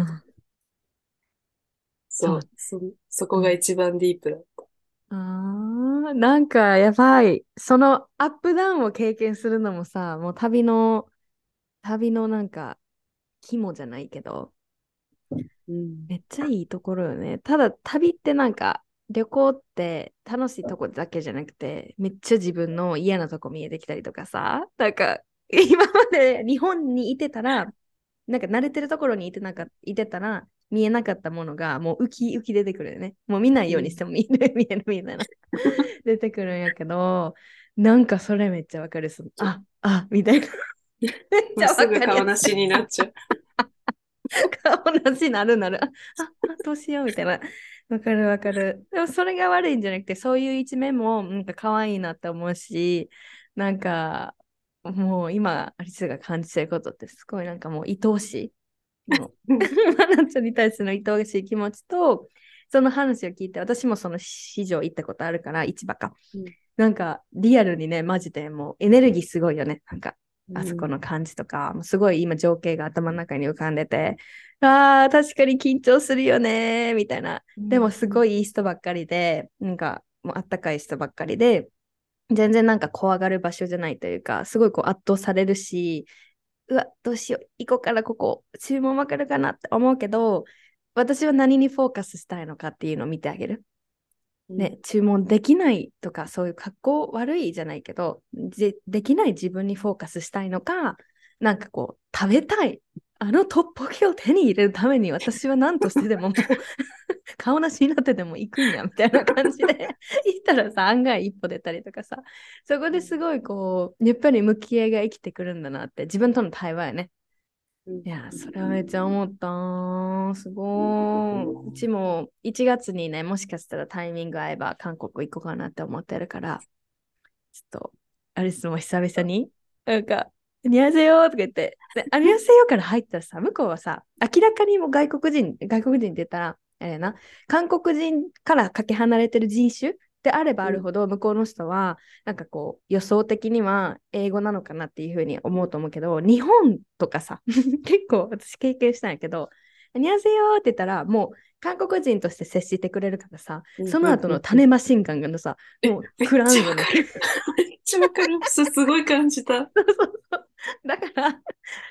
そう。 そう、そ、そこがうん。 一番ディープだった。 ああ、なんかやばい。そのアップダウンを経験するのもさ、もう旅の、旅のなんか肝じゃないけど、 うん。 めっちゃいいところよね。ただ旅ってなんか旅行って楽しいとこだけじゃなくて、めっちゃ自分の嫌なとこ見えてきたりとかさ、なんか今まで日本にいてたら、なんか慣れてるところにいてなかいてたら、見えなかったものがもう浮き浮き出てくるよね。もう見ないうん。 ようにしても見える、見えるみたいな。出てくるんやけど、なんかそれめっちゃわかる。そのあ、あ、みたいな。めっちゃわもうすぐかるやつ。 顔なしになっちゃう。 同じなるなる。あ、あ、あどうしようみたいな。わかるわかる。でもそれが悪いんじゃなくて、そういう一面もなんか可愛いなって思うし、なんかもう今、アリスが感じてることってすごいなんかもう愛おしい。もう、マナちゃんに対しての愛おしい気持ちと、その話を聞いて、私もその市場行ったことあるから、市場か。 うん。 なんかリアルにね、マジでもうエネルギーすごいよね。なんかあそこうん。 の感じとか、もうすごい今情景が頭の中に浮かんでて、ああ、確かに緊張するよね、みたいな。 うん。 でもすごいいい人ばっかりで、なんかもうあったかい人ばっかりで、全然なんか怖がる場所じゃないというか、すごいこう圧倒されるし、うわ、どうしよう、行こうからここ、注文わかるかなって思うけど、私は何にフォーカスしたいのかっていうのを見てあげる。 うん。 ね、注文できないとか、そういう格好悪いじゃないけど、で、できない自分にフォーカスしたいのか、なんかこう、食べたい。あのトッポギを手に入れるために私は何としてでももう顔なしになってでも行くんやみたいな感じで行ったらさ案外一歩出たりとかさそこですごいこうやっぱり向き合いが生きてくるんだなって自分との対話やね。 うん。 いや、それはめっちゃ思ったー。すごい。うちもいちがつにね、もしかしたらタイミング合えば韓国行こうかなって思ってるから、ちょっと、アリスも久々に、なんか、アニョハセヨとか言って、でアニョハセヨから入ったらさ、向こうはさ、明らかにもう外国人、外国人って言ったら、あれやな、韓国人からかけ離れてる人種であればあるほど、向こうの人は、なんかこう、予想的には英語なのかなっていうふうに思うと思うけど、日本とかさ、結構私経験したんやけど、アニョハセヨって言ったら、もう韓国人として接してくれるからさ、 うん。 そのうん。うん。うん。 後の種マシンガンがさ、 え、 もうめっ食らうんよね。 ちゃわかる。めっちゃわかる。す、すごい感じた。 そうそうそう。だから、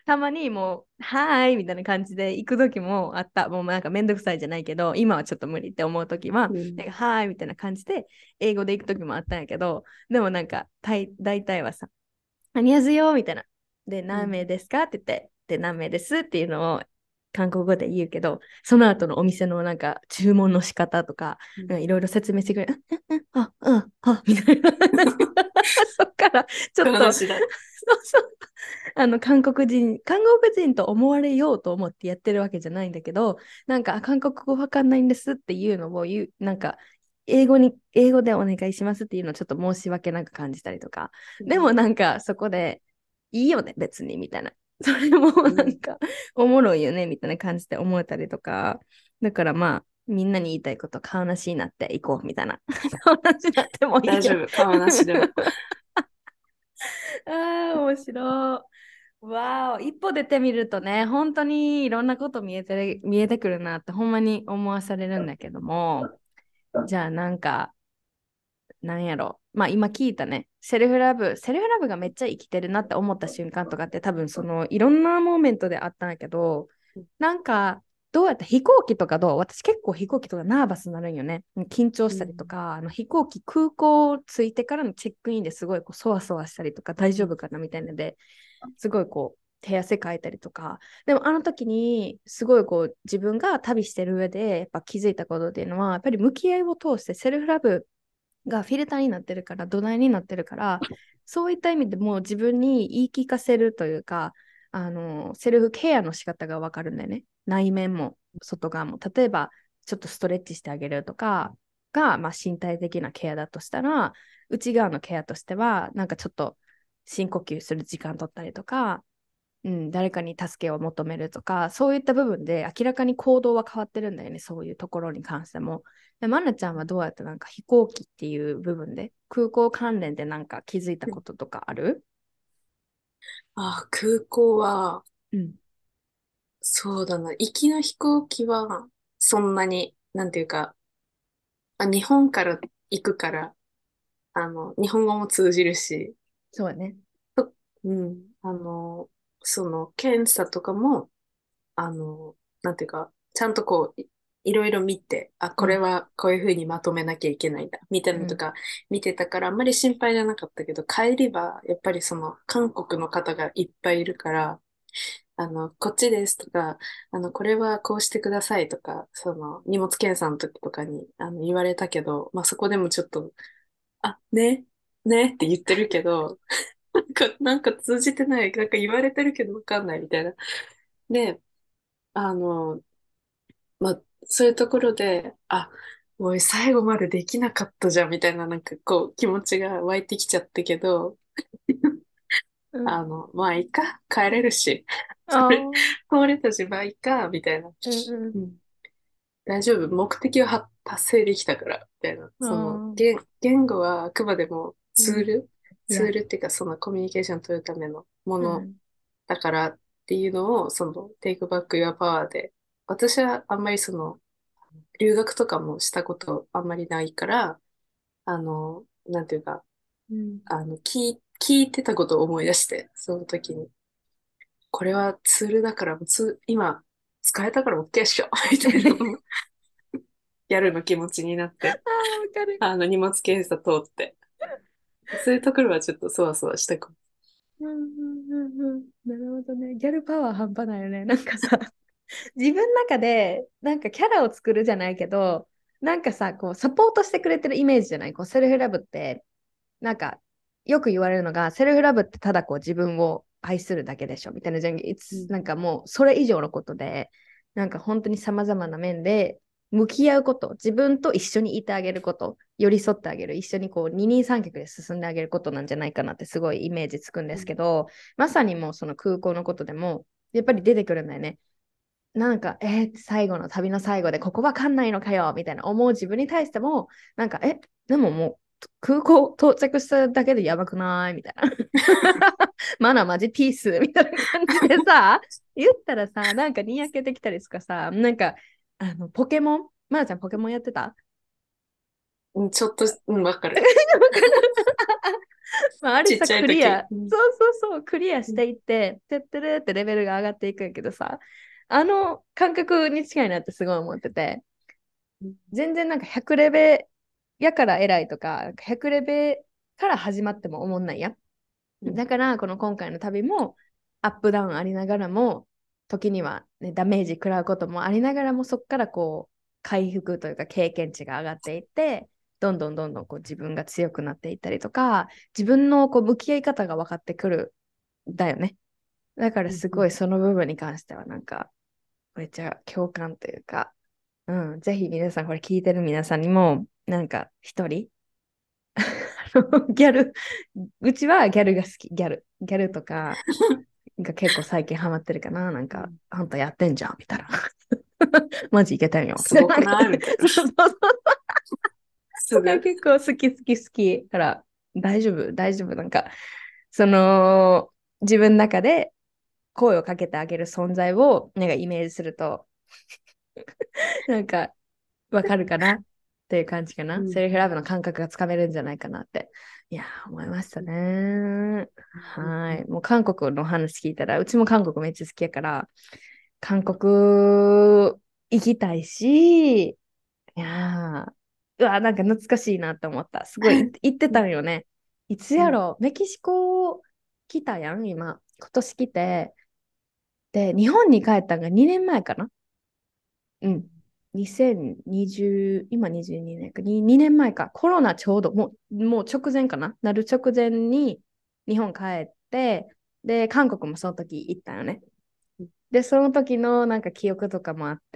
たまにもう、はーいみたいな感じで行く時もあった。もうなんかめんどくさいじゃないけど、今はちょっと無理って思う時は、 うん。 なんかはーいみたいな感じで英語で行く時もあったんやけど、でもなんか大大体はさ、何やずよみたいな。で、 うん。 何名ですかって言って、で、何名ですっていうのを韓国語で言うけど、その後のお店のなんか注文の仕方とか、 うん。 いろいろ説明してくれる。あ、うん、あ、みたいな。そっからちょっと、 話だ。 そうそう、あの、韓国人、韓国人と思われようと思ってやってるわけじゃないんだけど、なんか、韓国語わかんないんですっていうのを言う、なんか、英語に、英語でお願いしますっていうのをちょっと申し訳なく感じたりとか、でもうん。 なんか、そこで、いいよね、別に、みたいな。それもうん。 なんか、おもろいよね、みたいな感じで思えたりとか、だからまあ、みんなに言いたいこと、顔なしになっていこう、みたいな。顔なしになってもいいよ。 大丈夫。顔なしでも。 ああ、面白い。わーお、一歩出てみるとね、本当にいろんなこと見えて見えてくるなってほんまに思わされるんだけども、じゃあなんか、なんやろ。まあ今聞いたね、セルフラブ、セルフラブがめっちゃ生きてるなって思った瞬間とかって多分そのいろんなモーメントであったんやけど、なんかどうやった飛行機とかどう私結構飛行機とかナーバスになるんよね。緊張したりとうん。 か、あの飛行機空港着いてからのチェックインですごいこうそわそわしたりとか大丈夫かなみたいなのですごいこう手汗かいたりとか、でもあの時にすごいこう自分が旅してる上でやっぱ気づいたことっていうのはやっぱり向き合いを通してセルフラブがフィルターになってるから、土台になってるから、そういった意味でもう自分に言い聞かせるというか、あの、セルフケアの仕方がわかるんだよね。内面も外側も。例えば、ちょっとストレッチしてあげるとかが、まあ、身体的なケアだとしたら、内側のケアとしては、なんかちょっと深呼吸する時間取ったりとか、うん、誰かに助けを求めるとか、そういった部分で明らかに行動は変わってるんだよね、そういうところに関しても。で、まなちゃんはどうやってなんか飛行機っていう部分で、空港関連でなんか気づいたこととかある？ あ、空港は、 うん。 そうだな。行きの飛行機は、そんなに、なんていうか、あ、日本から行くから、あの、日本語も通じるし、 そうやね。 とうん、あの、その、検査とかも、あの、なんていうか、ちゃんとこう、い、いろいろ見て、あ、これうん。 はこういうふうにまとめなきゃいけないんだ、みたいなうん。 のとか見てたから、あんまり心配じゃなかったけど、帰りは、やっぱりその、韓国の方がいっぱいいるから、あの、こっちですとか、あの、これはこうしてくださいとか、その、荷物検査の時とかに、あの、言われたけど、まあ、そこでもちょっと、あ、ね、ねって言ってるけど、なんか、なんか通じてない、なんか言われてるけどわかんないみたいな。で、あの、まあ、そういうところで、あ、もう最後までできなかったじゃんみたいな、なんかこう、気持ちが湧いてきちゃったけど、 うん。 あの、まあいいか、帰れるし、 あそれ、 あ。 通れたし、まあいいか、みたいな。 うんうん。 うん、大丈夫、目的はは達成できたから、みたいな。 あその、 あ。 言、言語はあくまでもうん。 ツールツーいや。 ルっていうか、そのコミュニケーション取るためのものうん。 だからっていうのを、その、Take Back Your Power で、私はあんまりその、留学とかもしたことあんまりないから、あの、なんていうか、 うん。 あの、聞い、聞いてたことを思い出して、その時に、これはツールだからもうツー、今、使えたから OK っしょみたいなのをやるの気持ちになって、 ああ、わかる。 あの、荷物検査通って、そういうところはちょっとそわそわしたかも。 うんうんうんうん。なるほどね。ギャルパワー半端ないよね。なんかさ、自分の中でなんかキャラを作るじゃないけど、なんかさ、こうサポートしてくれてるイメージじゃない？こうセルフラブって、なんかよく言われるのが、セルフラブってただこう自分を愛するだけでしょみたいなじゃん。いつうん。 なんかもうそれ以上のことで、なんか本当に様々な面で向き合うこと、自分と一緒にいてあげること、寄り添ってあげる、一緒にこう二人三脚で進んであげることなんじゃないかなってすごいイメージつくんですけど、まさにもうその空港のことでも、やっぱり出てくるんだよね。なんか、えー、最後の旅の最後で、ここわかんないのかよ、みたいな思う自分に対しても、なんか、え、でももう、空港到着しただけでやばくないみたいな。マナーマジピースみたいな感じでさ、言ったらさ、なんかにやけてきたりとかさ、なんか、あの、ポケモンまなちゃんポケモンやってた？ うん、ちょっと、うん、わかる。 まあ、あれさ、 ちっちゃい時。 クリア、 うん。 そうそうそう、クリアしうんていって、てってるってレベルが上がっていくんやけどさ、あの感覚に近いなってすごい思ってて、 うん全然なんかひゃくレベやから偉いとか、ひゃくレベから始まっても思んないやん。 うん。 だから、この今回の旅もアップダウンありながらも、時には、ね、ダメージ食らうこともありながらも、そこからこう、回復というか経験値が上がっていって、どんどんどんどんこう自分が強くなっていったりとか、自分のこう向き合い方が分かってくるんだよね。だからうんうん。 すごいその部分に関してはなんか、めっちゃ共感というか、うん、ぜひ皆さん、これ聞いてる皆さんにも、なんか一人ギャル、うちはギャルが好き、ギャル。ギャルとかが結構最近ハマってるかな。なんか、 うん。 あんたやってんじゃん、みたいな。マジいけたんよ。 すごくなんか、 ないみたいな。 そうそうそう。 すぐ。 結構好き好き好き。から、大丈夫、大丈夫。なんか、その、自分の中で声をかけてあげる存在を、なんかイメージすると、なんか、わかるかなっていう感じかな。 うん。 セルフラブの感覚がつかめるんじゃないかなって。いやー、思いましたね。 うんうん。 はい。もう韓国の話聞いたら、うちも韓国めっちゃ好きやから、韓国行きたいし、いやー、うわ、なんか懐かしいなと思った。すごいい行ってたんよね。いつうん。 やろメキシコ来たやん、今。今年来て。で、日本に帰ったのがにねんまえかな。うん。にせんにじゅう、今にじゅうにねんか、に、にねんまえか、コロナちょうど、もう、もう直前かな、なる直前に日本帰って、で、韓国もその時行ったよね。で、その時のなんか記憶とかもあって、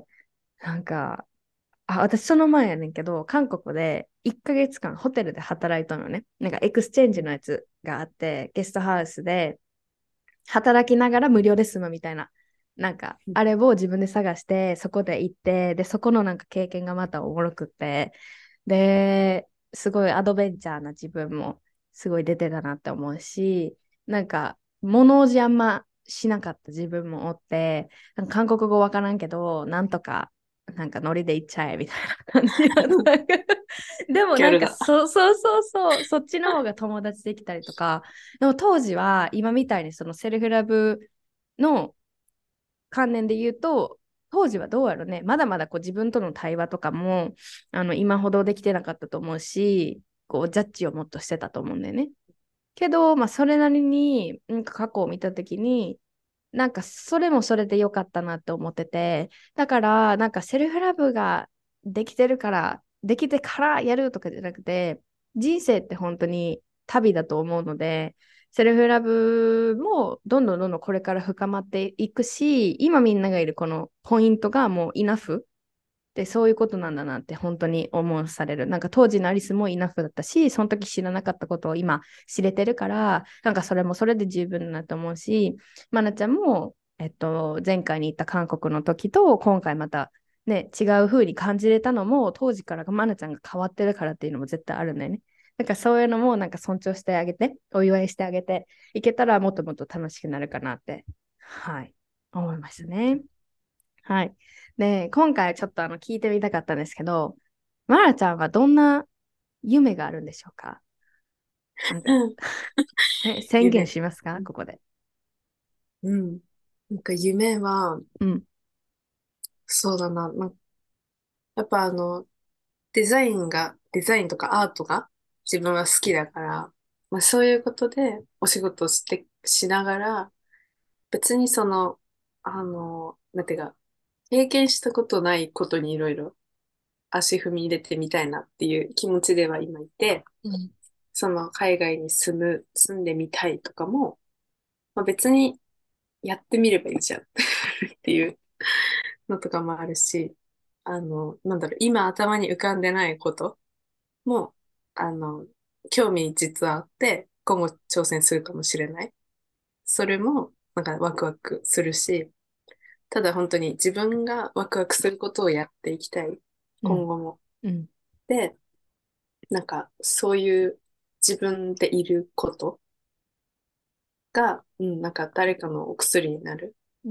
なんか、あ、私その前やねんけど、韓国でいっかげつかんホテルで働いたのね。なんかエクスチェンジのやつがあって、ゲストハウスで働きながら無料で済むみたいな。なんか、あれを自分で探して、そこで行って、で、そこのなんか経験がまたおもろくって、で、すごいアドベンチャーな自分もすごい出てたなって思うし、なんか、物おじあんましなかった自分もおって、なんか韓国語わからんけど、なんとか、なんかノリで行っちゃえみたいな感じだった。でもなんかギャルだ。 そ、そうそうそう、そっちの方が友達できたりとか、でも当時は今みたいにそのセルフラブの関連で言うと、当時はどうやろうね、まだまだこう自分との対話とかもあの今ほどできてなかったと思うし、こうジャッジをもっとしてたと思うんだよね。けど、まあ、それなりになんか過去を見たときに、なんかそれもそれで良かったなって思ってて、だからなんかセルフラブができてるから、できてからやるとかじゃなくて、人生って本当に旅だと思うので、セルフラブもどんどんどんどんこれから深まっていくし、今みんながいるこのポイントがもうイナフで、そういうことなんだなって本当に思わされる。なんか当時のアリスもイナフだったし、その時知らなかったことを今知れてるから、なんかそれもそれで十分だなと思うし、まなちゃんも、えっと、前回に行った韓国の時と今回またね、違う風に感じれたのも当時からまなちゃんが変わってるからっていうのも絶対あるんだよね。なんかそういうのもなんか尊重してあげて、お祝いしてあげていけたらもっともっと楽しくなるかなって、はい、思いましたね。はい。で、今回ちょっとあの聞いてみたかったんですけど、マラちゃんはどんな夢があるんでしょうか？なんか、せ宣言夢。 しますうん。 かここで？ うん。なんか夢は、 うん。 そうだな。ま、やっぱあの、デザインが、デザインとかアートが自分は好きだから、まあそういうことでお仕事をして、しながら、別にその、あの、なんていうか、経験したことないことにいろいろ足踏み入れてみたいなっていう気持ちでは今いて、 うん。 その海外に住む、住んでみたいとかも、まあ、別にやってみればいいじゃんっていうのとかもあるし、あの、なんだろう、今頭に浮かんでないことも、あの、興味実はあって、今後挑戦するかもしれない。それも、なんかワクワクするし、ただ本当に自分がワクワクすることをやっていきたい。 うん。 今後も。 うん。 で、なんかそういう自分でいることが、うん、なんか誰かのお薬になるうん。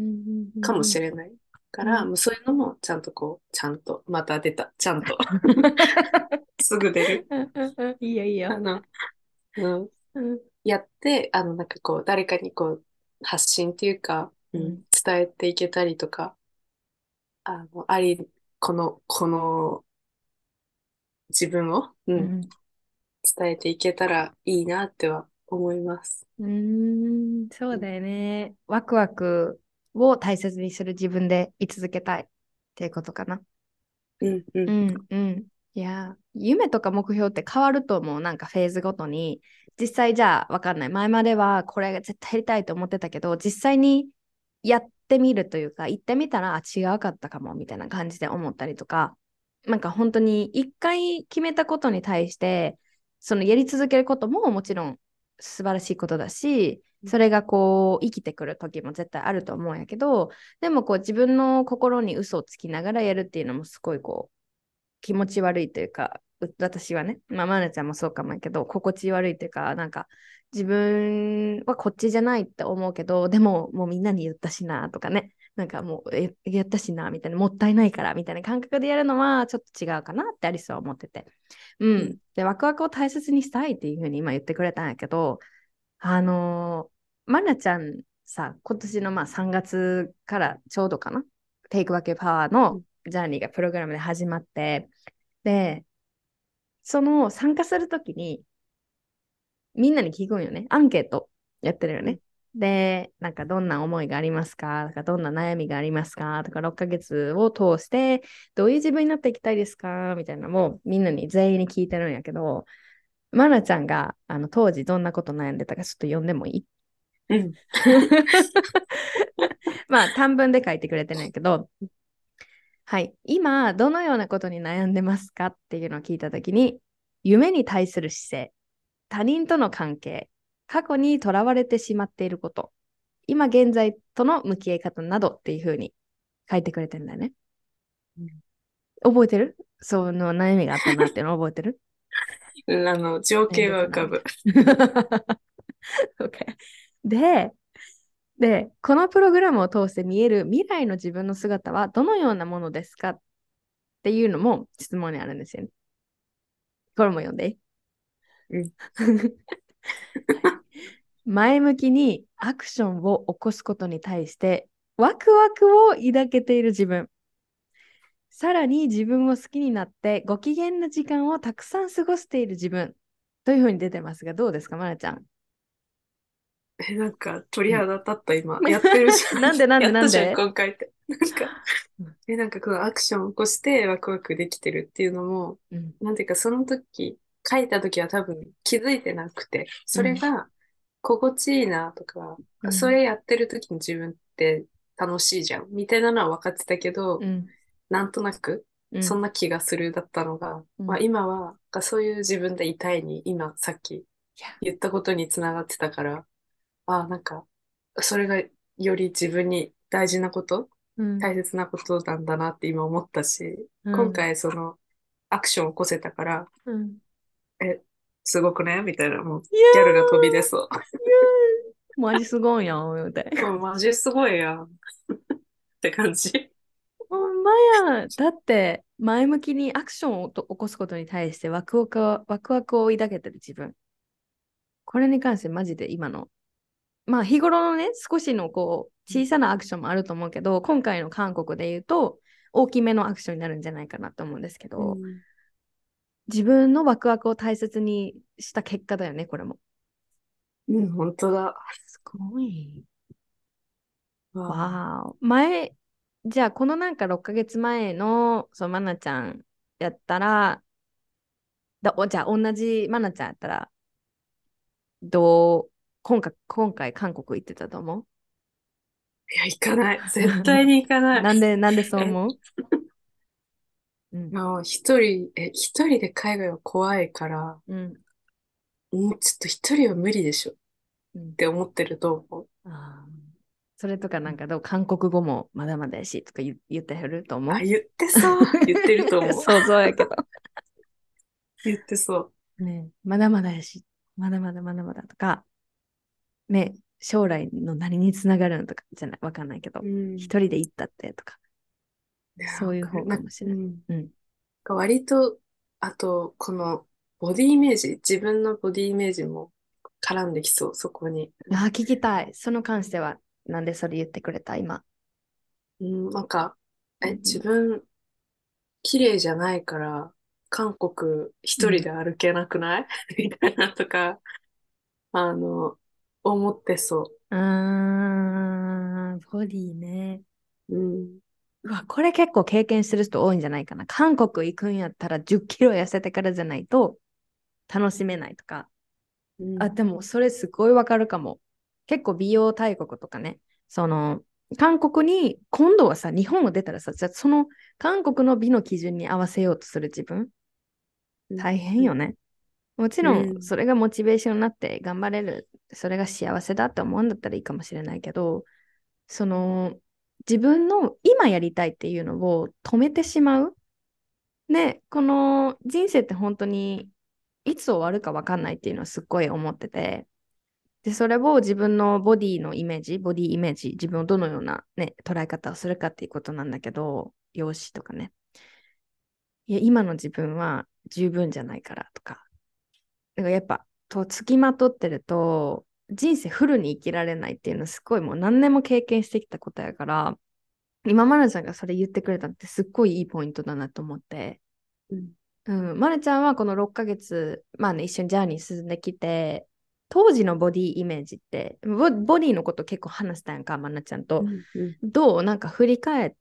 うかもん。 しれないから、 うん。 もうそういうのもちゃんとこう、ちゃんと、また出た、ちゃんとすぐ出る。 いいよいいよ。 あの、 うん、 うん。 やって、あの、なんかこう、誰かにこう、発信っていうか、うん、 うん。 伝えていけたりとか、あの、あり、この、この自分を、うん、 うん。 伝えていけたらいいなっては思います。 うーん、そうん、 うだよね。ワクワクを大切にする自分で居続けたいっていうことかな。 うん、うん、 うんうん。いや、夢とか目標って変わると思う。なんかフェーズごとに。実際じゃあわかんない。前まではこれ絶対やりたいと思ってたけど、実際にやってみるというか、行ってみたらあ違うかったかもみたいな感じで思ったりとか、なんか本当に一回決めたことに対して、そのやり続けることももちろん素晴らしいことだし、それがこう生きてくる時も絶対あると思うんやけど、でもこう自分の心に嘘をつきながらやるっていうのもすごいこう気持ち悪いというか、私はね、まあ、まなちゃんもそうかもやけど、心地悪いというか、なんか、自分はこっちじゃないって思うけど、でも、もうみんなに言ったしなとかね、なんかもう、え、やったしな、みたいな、もったいないから、みたいな感覚でやるのは、ちょっと違うかなってアリスは思ってて。ううん、 ん。で、ワクワクを大切にしたいっていうふうに今言ってくれたんやけど、あのー、まなちゃんさ、今年のまあさんがつからちょうどかな、テイクバックパワーのうん、 ジャーニーがプログラムで始まって、で、その参加するときにみんなに聞くんよね。アンケートやってるようん、 ね。で、なんかどんな思いがありますかとか、どんな悩みがありますかとか、ろっかげつを通して、どういう自分になっていきたいですかみたいなのもみんなに全員に聞いてるんやけど、まなちゃんがあの当時どんなこと悩んでたかちょっと読んでもいい？ うん。 まあ短文で書いてくれてるんやけど、はい。今、どのようなことに悩んでますかっていうのを聞いたときに、夢に対する姿勢、他人との関係、過去にとらわれてしまっていること、今現在との向き合い方などっていうふうに書いてくれてるんだよね。覚えてる？その悩みがあったなっていうのを覚えてる？ うん、あの、情景悩んでたな、 が浮かぶ。 みたいな。OK。で、で、このプログラムを通して見える未来の自分の姿はどのようなものですかっていうのも質問にあるんですよね。これも読んで。 うん、 前向きにアクションを起こすことに対してワクワクを抱けている自分。さらに自分を好きになってご機嫌な時間をたくさん過ごしている自分。というふうに出てますが、どうですか、まなちゃん。 え、なんか鳥うん、 肌立った今。やってるじゃん。 なんでなんでやったじゃん、 なんで？ 今回って。なんか、え、なんかこのアクションを起こしてワクワクできてるっていうのも、 うん。 なんていうかその時、書いた時は多分気づいてなくて、それうん。 が心地いいなとか、 うん。 それやってる時の自分って楽しいじゃん、みたいなのは分かってたけど、 うん。 なんとなく、 うん。 そんな気がするだったのが、まあうん。 今は、そういう自分でいたいに、今さっきいや。 言ったことにつながってたから、あ、なんか、それがより自分に大事なこと、 うん。 大切なことなんだなって今思ったし、今うん。 回そのアクションを起こせたから、 うん。 え、すごくねみたいな、もういやギャルが飛び出そう。 ー、いやー、マジすごいやん、言うて。 もうマジすごいやんって感じ。 ほんまや。だって、前向きにアクションをと起こすことに対してワクワクをワクワクを抱けてる自分。これに関してマジで今の、まあ日頃のね、少しのこう、小さなアクションもあると思うけど、今回の韓国で言うと、大きめのアクションになるんじゃないかなと思うんですけど、 うん、 自分のワクワクを大切にした結果だよね、これも。 うん、本当だ。 すごい。 わあ、 わー。前、じゃあこのなんかろっかげつまえの、そう、まなちゃんやったら、だおじゃあ同じまなちゃんやったら、どう、今回、今回韓国行ってたと思う？ いや、行かない。絶対に行かない。 なんで、なんでそうえ、 思う？うん。 もう一人、え、一人で海外は怖いから、 うん。 もうちょっと一人は無理でしょっうん。 て思ってると思う。 あー、それとかなうん、 んかどう、韓国語もまだまだやしとか言言ってはると思あ、 う？ 言ってそう。言ってると思う。 想像やけど。 言ってそね、まだまだやし、まだまだまだまだとか、ね、将来の何につながるのとかじゃない、わかんないけう。 ど、 うん。 一人で行ったってとか、 いや、 そういう方わかる。な、 かもしれない。 うん。 うん。 割と、あと、このボディイメージ、自分のボディイメージも絡んできそう、そこに。 あ、聞きたい。その関しては、なんでそれ言ってくれた今。 うん、なんか、え、自うん。 分、綺麗じゃないから、韓国うん。 一人で歩けなくないみたいなとか、あの、思ってそあー、ボディね。 う。うん。 うわ、これ結構経験してる人多いんじゃないかな。韓国行くんやったらじゅっキロ痩せてからじゃないと楽しめないとか。あ、 うん。 でもそれすごいわかるかも。結構美容大国とかね。その、韓国に、今度はさ、日本を出たらさ、じゃあその韓国の美の基準に合わせようとする自分、 うん。 大変よね。もちろん、 うん。 それがモチベーションになって頑張れる、それが幸せだって思うんだったらいいかもしれないけど、その、自分の今やりたいっていうのを止めてしまう。ね、この人生って本当にいつ終わるか分かんないっていうのはすっごい思ってて、で、それを自分のボディのイメージ、ボディイメージ、自分をどのような、ね、捉え方をするかっていうことなんだけど、容姿とかね。いや、今の自分は十分じゃないからとか。だからやっぱ、と、つきまとってると、人生フルに生きられないっていうのはすごいもう何年も経験してきたことやから、今、まなちゃんがそれ言ってくれたってすっごいいいポイントだなと思って、 うん。 うん、まなちゃんはこのろっかげつ、まあね、一緒にジャーニー進んできて、当時のボディイメージって、ボ、ボディのこと結構話したやんか、まなちゃんと。 うん。うん。 どうなんか振り返って、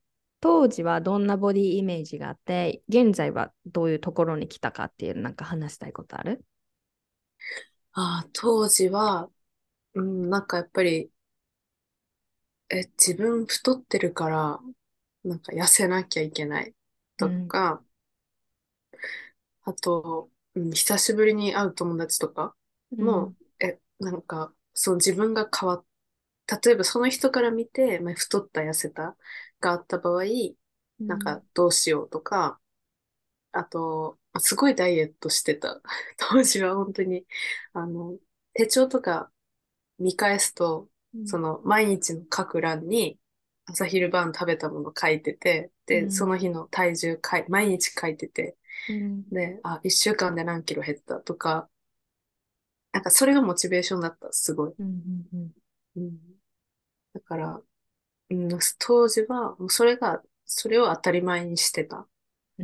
当時はどんなボディイメージがあって、現在はどういうところに来たかっていうなんか話したいことある？ ああ、当時は、うん、なんかやっぱり、え、自分太ってるから、なんか痩せなきゃいけないとうん。 か、あと、うん、久しぶりに会う友達とかも、 うん。 え、なんか、そう自分が変わっ、例えばその人から見て、まあ、太った痩せたがあった場合、なんうん。 かどうしようとか、あと、あすごいダイエットしてた。当時は本当に、あの、手帳とか見返すと、 うん。 その毎日の書く欄に朝昼晩食べたもの書いてて、で、そうん。 の日の体重かい、毎日書いてて、 うん。 で、あ、一週間で何キロ減ったとか、なんかそれがモチベーションだった、すごい。 うん。うん。 うん、だから、うん、当時は、もうそれが、それを当たり前にしてたうん。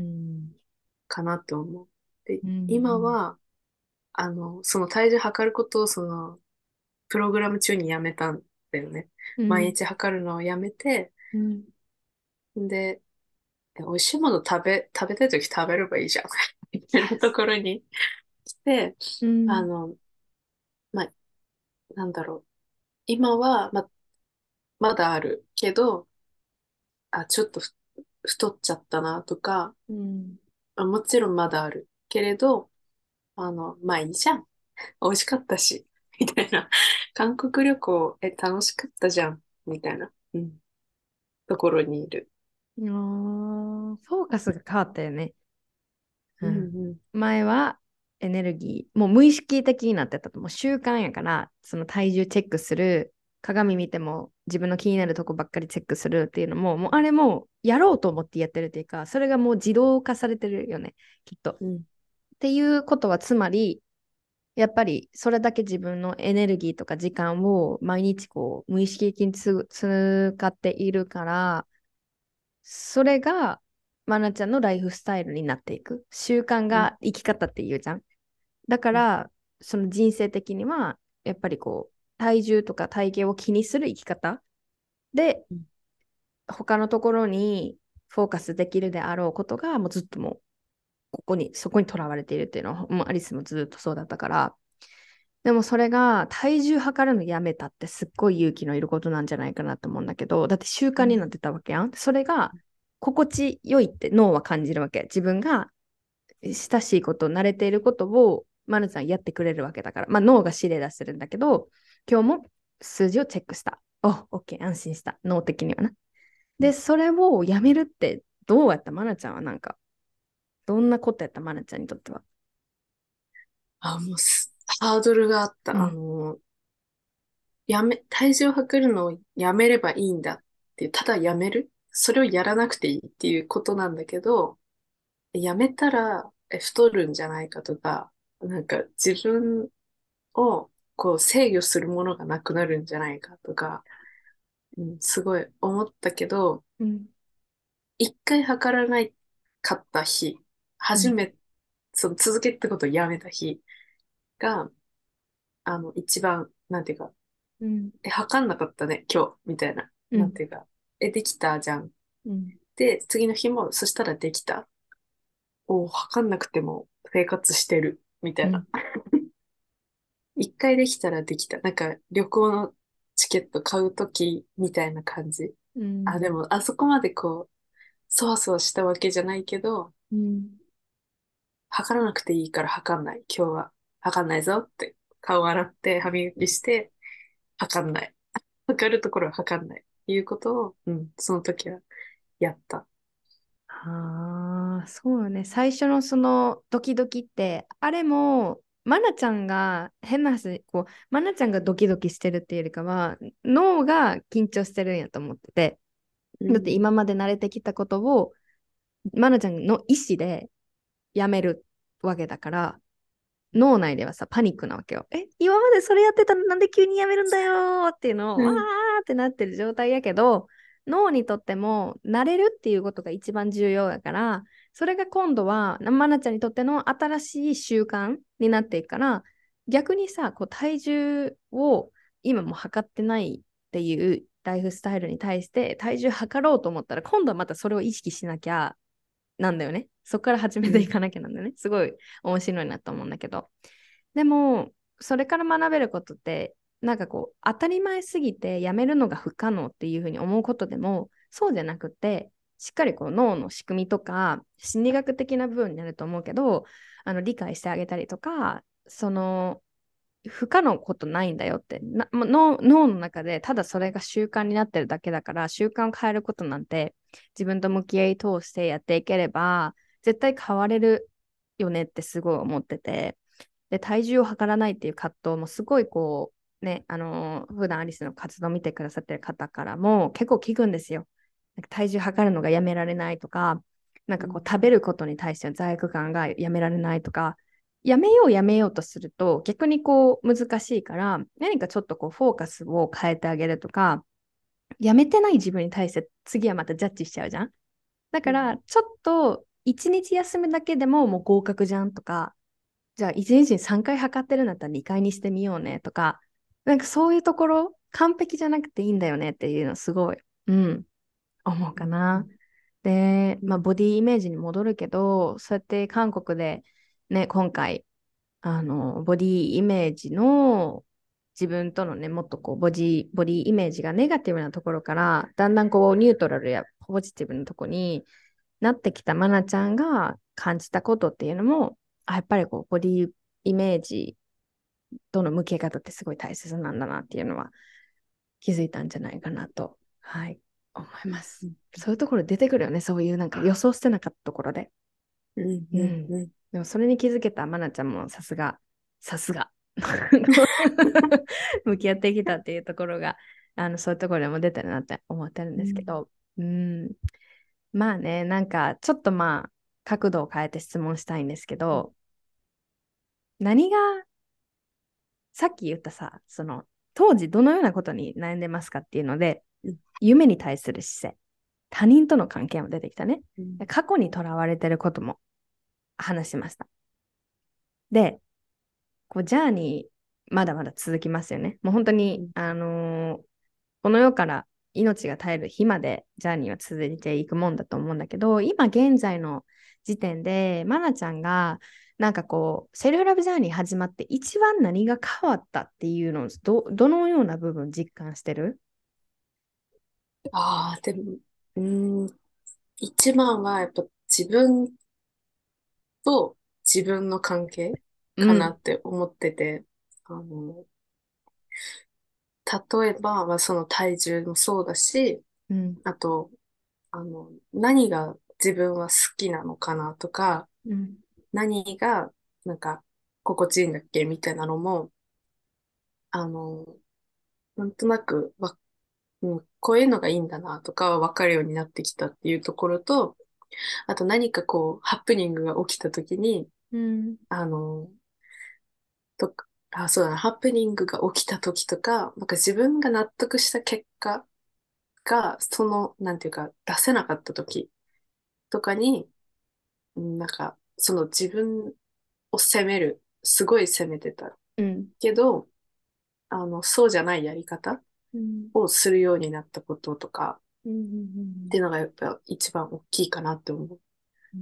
かなって思う。で、 うん。 今は、あの、その体重測ることを、その、プログラム中にやめたんだよね。毎うん。 日測るのをやめて、 うん。 で、え美味しいもの食べ、食べたいとき食べればいいじゃん。みたいなところに来て、 うん。 あの、まあ、なんだろう。今は、ま、まだあるけど、あ、ちょっとふ太っちゃったなとか、 うん。 あ、もちろんまだあるけれど、あの、まあいいじゃん。美味しかったし、みたいな。韓国旅行、え、楽しかったじゃん、みたいな、うん、ところにいる。 あーフォーカスが変わったよね。 ううん。 んうん。 前はエネルギー、もう無意識的になってたと、もう習慣やから、その体重チェックする、鏡見ても自分の気になるとこばっかりチェックするっていうのも、もうあれもやろうと思ってやってるっていうか、それがもう自動化されてるよね、きっと。っうん。 ていうことは、つまり、やっぱりそれだけ自分のエネルギーとか時間を毎日こう無意識的につ使っているから、それがマナちゃんのライフスタイルになっていく。習慣うん。 が生き方っていうじゃん。だかうん。 ら、その人生的には、やっぱりこう、体重とか体型を気にする生き方で、 うん。 他のところにフォーカスできるであろうことが、もうずっともう、ここに、そこにとらわれているっていうのは、もうアリスもずっとそうだったから、でもそれが体重測るのやめたってすっごい勇気のいることなんじゃないかなと思うんだけど、だって習慣になってたわけやん。それが心地よいって脳は感じるわけ。自分が親しいこと、慣れていることをマルちゃんやってくれるわけだから。まあ脳が指令出してるんだけど、今日も数字をチェックした。お、オッケー、安心した。脳的にはな。で、それをやめるってどうやった？マナちゃんはなんか、どんなことやった？マナちゃんにとっては。 あ、もうす、ハードルがあった。あうん。 の、やめ、体重を測るのをやめればいいんだっていう、ただやめるそれをやらなくていいっていうことなんだけど、やめたら、 え太るんじゃないかとか、なんか自分をこう制御するものがなくなるんじゃないかとか、うん、すごい思ったけど、 うん。 一回測らないかった日、 うん。 初め、その続けってことをやめた日が、あの、一番、なんていうか、 うん。 え、測んなかったね、今日、みたいな。 うん。 なんていうか、え、できたじゃん。 うん。 で、次の日も、そしたらできた。お、測んなくても生活してる、みたいな。 うん。 一回できたらできた。なんか、旅行のチケット買うときみたいな感じ。あ、 うん。 でも、あそこまでこう、そわそわしたわけじゃないけど、 うん。 測らなくていいから測んない。今日は測んないぞって、顔洗って歯磨きして、測んない。測るところは測んない。いうことを、うん、その時はやった。 ああ、そうよね。最初のそのドキドキって、あれも、マナちゃんが、変な話、こう、マナちゃんがドキドキしてるっていうよりかは、脳が緊張してるんやと思ってて、だってうん、 今まで慣れてきたことを、マナちゃんの意思でやめるわけだから、脳内ではさ、パニックなわけよ。え、今までそれやってたのなんで急にやめるんだよーっていうのを、わうん、 ーってなってる状態やけど、脳にとっても慣れるっていうことが一番重要だから、それが今度は、まなちゃんにとっての新しい習慣になっていくから、逆にさ、こう体重を今も測ってないっていうライフスタイルに対して体重測ろうと思ったら、今度はまたそれを意識しなきゃなんだよね。そこから始めうん、 ていかなきゃなんだよね。すごい面白いなと思うんだけど。でも、それから学べることって、なんかこう、当たり前すぎてやめるのが不可能っていうふうに思うことでも、そうじゃなくて、しっかりこう脳の仕組みとか、心理学的な部分になると思うけど、あの理解してあげたりとか、その、不可能ことないんだよってな脳、脳の中でただそれが習慣になってるだけだから習慣を変えることなんて自分と向き合い通してやっていければ絶対変われるよねってすごい思ってて、で体重を測らないっていう葛藤もすごいこうね、あのー普段アリスの活動を見てくださってる方からも結構聞くんですよ。なんか体重測るのがやめられないとか、なんかこう食べることに対しての罪悪感がやめられないとか、やめようやめようとすると逆にこう難しいから何かちょっとこうフォーカスを変えてあげるとか、やめてない自分に対して次はまたジャッジしちゃうじゃん。だうん、 からちょっと一日休むだけでももう合格じゃんとか、じゃあ一日にさんかい測ってるんだったらにかいにしてみようねとか、なんかそういうところ完璧じゃなくていいんだよねっていうのすごい、うん、思ううん、 かな。で、まあ、 うん、 ボディイメージに戻るけど、そうやって韓国でね、今回あの、ボディイメージの自分とのね、もっとこうボディ、ボディイメージがネガティブなところから、だんだんこうニュートラルやポジティブなところになってきたマナちゃんが感じたことっていうのも、あやっぱりこうボディイメージとの向き合い方ってすごい大切なんだなっていうのは気づいたんじゃないかなと、はい、思います。 うん、 そういうところ出てくるよね、そういうなんか予想してなかったところで。 うん、うん、 うん。 うん。 でもそれに気づけたマナちゃんもさすが、さすが。向き合ってきたっていうところが、あの、そういうところでも出てるなって思ってるんうん、 ですけど、うん。まあね、なんか、ちょっとまあ、角度を変えて質問したいんですけど、何が、さっき言ったさ、その、当時どのようなことに悩んでますかっていうので、 うん、 夢に対する姿勢、他人との関係も出てきたね。 うん、 過去にとらわれてることも話しました。で、こうジャーニー、まだまだ続きますよね。もう本当に、 うん、 あのーこの世から命が絶える日までジャーニーは続いていくもんだと思うんだけど、今現在の時点で、マナちゃんが、なんかこう、セルフラブジャーニー始まって一番何が変わったっていうのをど、どのような部分実感してる？ ああ、でも、うーん、一番はやっぱ自分と自分の関係かなうん、 って思ってて、あの、例えば、まあ、その体重もそうだし、 うん、 あと、あの、何が自分は好きなのかなとか、 うん、 何が、なんか、心地いいんだっけみたいなのも、あの、なんとなくわ、うん、こういうのがいいんだなとかは分かるようになってきたっていうところと、 あと何かこう、ハプニングが起きた時に、 うん。 あの、とか、あ、そうだな、ハプニングが起きた時とか、なんか自分が納得した結果が、その、なんていうか、出せなかった時とかに、うんなんか、その自分を責める、すごい責めてたうん。 けど、あの、そうじゃないやり方うん。 をするようになったこととか、 うん。 っていうのがやっぱ一番大きいかなって思う。 うん。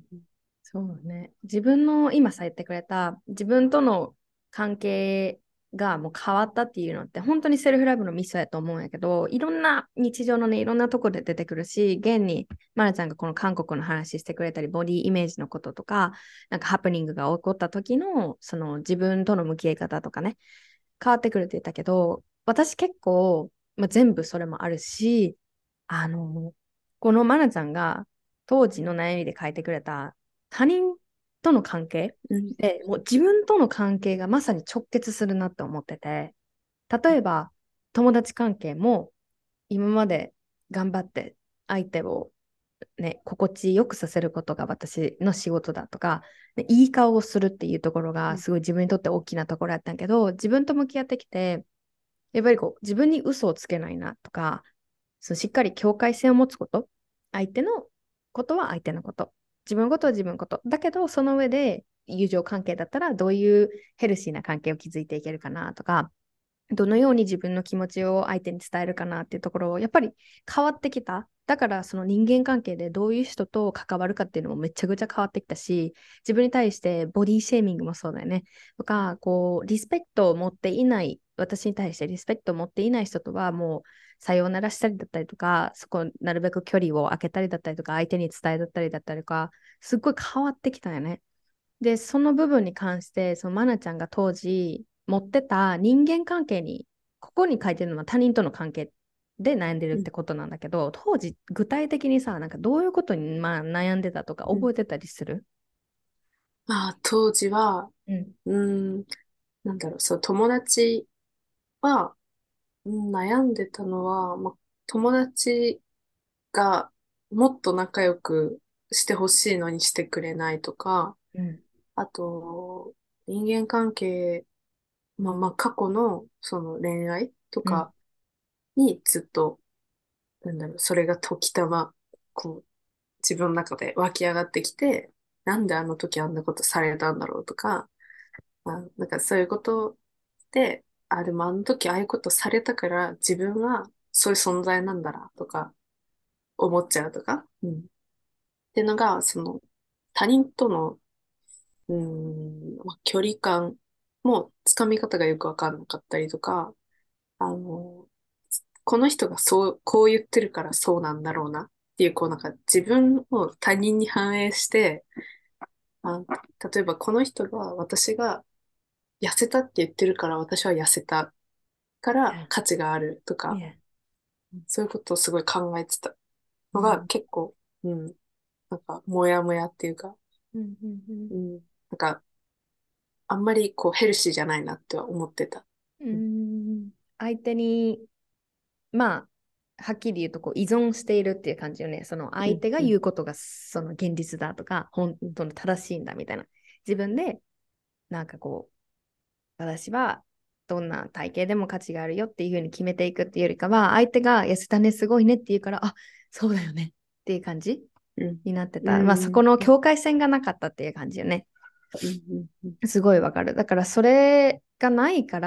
そうね。自分の今さ言ってくれた自分との関係がもう変わったっていうのって本当にセルフラブのミソやと思うんやけど、いろんな日常のね、いろんなところで出てくるし、現にマナちゃんがこの韓国の話してくれたり、ボディイメージのこととか、なんかハプニングが起こった時のその自分との向き合い方とかね、変わってくるって言ったけど、私結構、まあ、全部それもあるし、あの、このマナちゃんが当時の悩みで書いてくれた他人との関係うん。 で、もう自分との関係がまさに直結するなって思ってて、例えば友達関係も今まで頑張って相手をね、心地よくさせることが私の仕事だとか、ね、いい顔をするっていうところがすごい自分にとって大きなところやったんやけど、自分と向き合ってきて、やっぱりこう自分に嘘をつけないなとか、そのしっかり境界線を持つこと、相手のことは相手のこと、自分のことは自分のこと、だけどその上で友情関係だったらどういうヘルシーな関係を築いていけるかなとか、どのように自分の気持ちを相手に伝えるかなっていうところをやっぱり変わってきた。だからその人間関係でどういう人と関わるかっていうのもめちゃくちゃ変わってきたし、自分に対してボディシェーミングもそうだよね。とか、こう、リスペクトを持っていない、私に対してリスペクトを持っていない人とはもうさようならしたりだったりとか、そこなるべく距離を空けたりだったりとか、相手に伝えだったりだったりとか、すっごい変わってきたよね。で、その部分に関して、そのマナちゃんが当時持ってた人間関係に、ここに書いてるのは他人との関係で悩んでるっうん。 てことなんだけど、当時具体的にさ、なんかどういうことにまあ悩んでたとかうん。 覚えてたりする？ まあ、当時は、 うん。 うーん、なんだろう、そう、友達は、うん悩んでたのは、まあ、友達がもっと仲良くしてほしいのにしてくれないとか、 うん。 あと、人間関係、まあ、まあ、過去のその恋愛とうん。 かにずっと、なんだろう、それが時たま、こう、自分の中で湧き上がってきて、なんであの時あんなことされたんだろうとか、まあ、なんかそういうことで、あ、でもあの時ああいうことされたから自分はそういう存在なんだなとか思っちゃうとか、うん。っていうのが、その他人との、うーん、まあ、距離感もつかみ方がよくわかんなかったりとか、あの、この人がそう、こう言ってるからそうなんだろうなっていう、こうなんか自分を他人に反映して、あ、例えばこの人が私が痩せたって言ってるから私は痩せたから価値があるとか、 いや。 そういうことをすごい考えてたのがうん。 結構、うん、なんか、もやもやっていうか、 うん。うん。うん。 うん、なんか、あんまりこうヘルシーじゃないなっては思ってた。 ううん、 ん。相手に、まあ、はっきり言うとこう依存しているっていう感じよね。そのうん、 相手がうん、 言うことがその現実だとか、本うん、 当の正しいんだみたいな。自分でなんかこう、私はどんな体型でも価値があるよっていうふうに決めていくっていうよりかは、相手が痩せたね、すごいねって言うから、あ、そうだよねっていう感じうん、 になってうた。まあそん、 このうん、 境界線がなかったっていう感じよね。 うん、うん、 すごいわかる。だからそれがないから、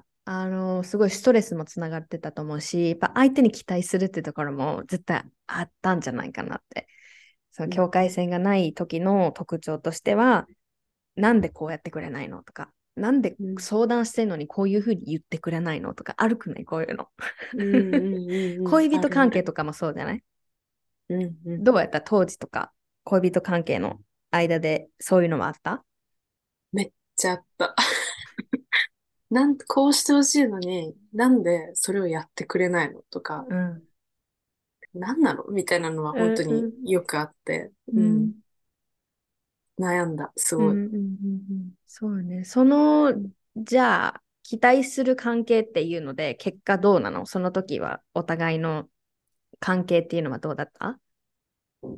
あの、すごいストレスもつながってたと思うし、やっぱ相手に期待するってところも絶対あったんじゃないかなって。そのうん、 境界線がない時の特徴としては、なんでこうやってくれないのとか、なんでうん、 相談してんのにこういうふうに言ってくれないのとか、あるくないこういうの。 うん、うん、うん、 恋人あるある。 関係とかもそうじゃない？ うん、うん。 どうやった当時とか、恋人関係の間でそういうのもあった？ めっちゃあった。なん、こうしてほしいのに、なんでそれをやってくれないのとか、 うん。 なんなのみたいなのは本当うんうにんよくあって、うん、 うん。 悩んだ、すごい。 うんうんうんうん。そうね。その、 うん。 じゃあ、期待する関係っていうので、結果どうなの？その時は、お互いの関係っていうのはどうだった？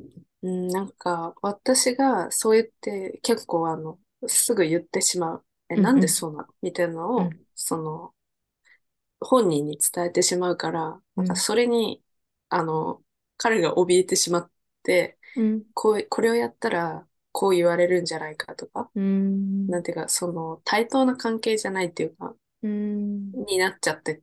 うん、なんか、私がそう言って結構あの、すぐ言ってしまう。え、なんでうんうんそうなのみたいなのを、 うんその、本人に伝えてしまうから、なんかうんそれに、あの、彼が怯えてしまって、 うんこう、これをやったら、こう言われるんじゃないかとか、 うんなんていうか、その、対等な関係じゃないっていうか、 うんになっちゃってって、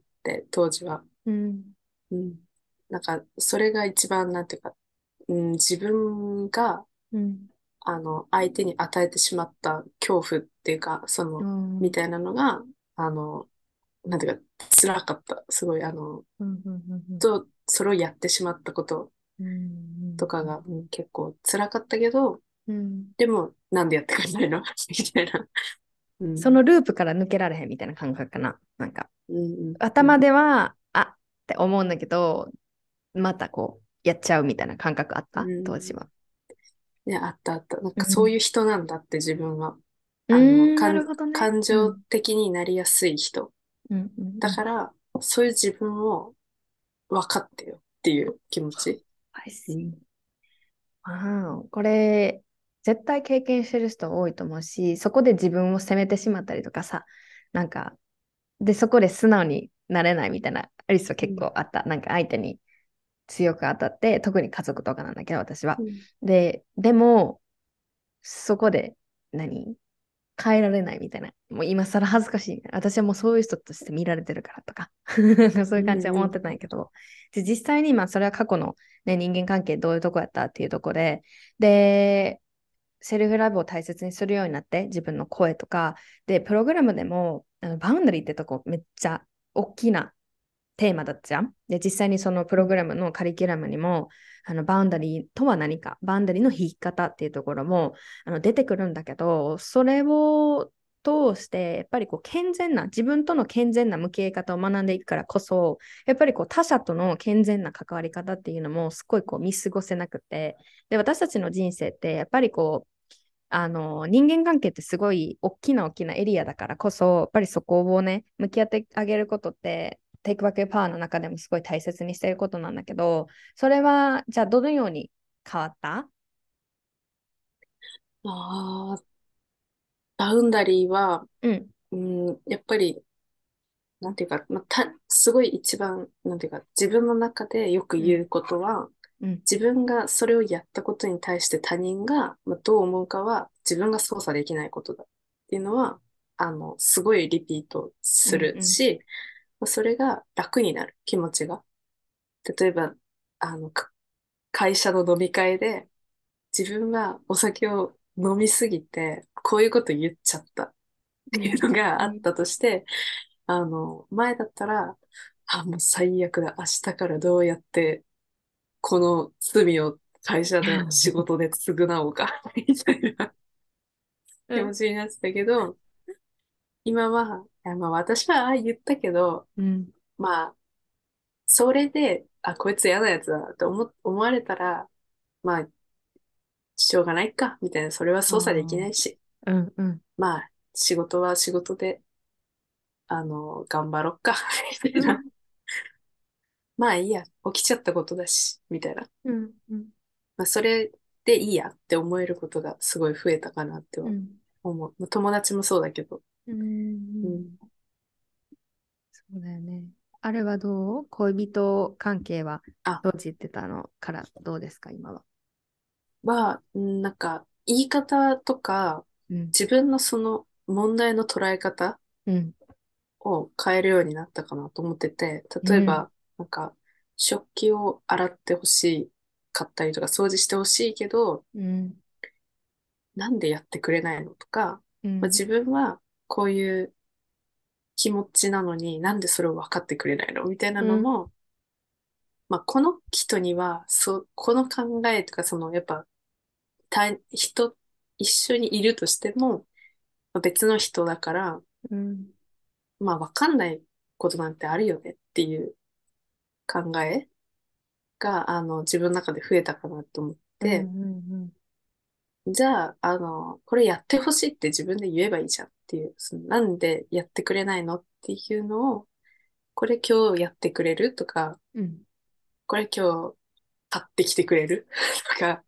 当時は。 うんうん。なんか、それが一番、なんていうか、うん、自分が、 うんあの、相手に与えてしまった恐怖っていうか、その、みうんたいなのが、あの、なんていうか、辛かった。すごい、あの、 うんうんと、それをやってしまったことうんとかが、うん結構辛かったけど、 うんでも、なんでやってくれないのみたいな。うん。 そのループから抜けられへんみたいな感覚かな。なんか、 うん、うん、うん。 頭では、あって思うんだけど、またこう、やっちゃうみたいな感覚あっうた当時ん。 は。 ね、あったあった。なんかそううん。 いう人なんだって自分は。 うーあの、 ん、なる感、 ほどね。 感情うん。 的になりやすい人。 うん、うん、うん。 だから、そういう自分を分かってよっていう気持ち。 I see。 うん。 ああ、これ、絶対経験してる人多いと思うし、そこで自分を責めてしまったりとかさ、なんか、で、そこで素直になれないみたいな、アリスは結うん。 構あった。なんか相手に強く当たって、特に家族とかなんだけど、私は。 うん。 で、でも、そこで何、変えられないみたいな。もう今更恥ずかしい。私はもうそういう人として見られてるからとか、そういう感じでうん。うん。 思ってたんやけど、で実際にまあそれは過去の、ね、人間関係どういうとこやったっていうとこで、で、セルフラブを大切にするようになって、自分の声とか、で、プログラムでも、あのバウンダリーってとこめっちゃ大きなテーマだったじゃん。で、実際にそのプログラムのカリキュラムにも、あのバウンダリーとは何か、バウンダリーの引き方っていうところもあの出てくるんだけど、それを通して、やっぱりこう健全な、自分との健全な向き合い方を学んでいくからこそ、やっぱりこう他者との健全な関わり方っていうのもすっごいこう見過ごせなくて、で、私たちの人生ってやっぱりこう、あの人間関係ってすごい大きな大きなエリアだからこそ、やっぱりそこをね、向き合ってあげることって、テイクバックパワーの中でもすごい大切にしていることなんだけど、それはじゃあどのように変わった？ ああ、バウンダリーは、 うん、 うん、やっぱり、なんていうか、まあ、た、すごい一番、なんていうか、自分の中でよくうん、 言うことは、 うん、 自分がそれをやったことに対して他人が、まあ、どう思うかは自分が操作できないことだっていうのは、あの、すごいリピートすうん、うん、 るし、まあそれが楽になる、気持ちが。例えば、あの、か会社の飲み会で自分はお酒を飲みすぎて、こういうこと言っちゃったっていううん、 のがあっうん、 たとして、あの、前だったら、あ、もう最悪だ。明日からどうやってこの罪を会社で仕事で償おうかみたいな気持うん、 ちになってたけど、今は、いやまあ私はああ言ったけど、 うん、 まあ、それで、あ、こいつ嫌なやつだなって思、思われたら、まあ、しょうがないか、みたいな、それはあ操作できなー、 いし、 うん、うん、 まあ、仕事は仕事で、あの、頑張ろっか、みたいな。 うん、 まあいいや、起きちゃったことだし、みたいな。 うん、うん、 まあ、それでいいやって思えることがすごい増えたかなってはうん、 思う。まあ友達もそうだけど。 うん、 うん。 そうだよね。あれはどう？恋人関係はあ、 当時言ってたのからどうですか、今は？ は、うんなんか、言い方とか、 うん、 自分のその問題の捉え方うん、 を変えるようになったかなと思ってて、 うん、 例えば、なんか、食器を洗ってほしいかったりとか、掃除してほしいけど、 うん、 なんでやってくれないのとか、まあ、 うん、 自分はこういう気持ちなのになんでそれを分かってくれないのみたいなうん、 のも、まあ、この人には、そう、この考えとか、その、やっぱ、他人、一緒にいるとしても、まあ別の人だから、 うん、 まあ、わかんないことなんてあるよねっていう考えが、あの、自分の中で増えたかなと思っうん、 て、 うん、 じゃあ、あの、これやってほしいって自分で言えばいいじゃんっていう、そのなんでやってくれないのっていうのを、これ今日やってくれるとか、 うん、 これ今日買ってきてくれるとか、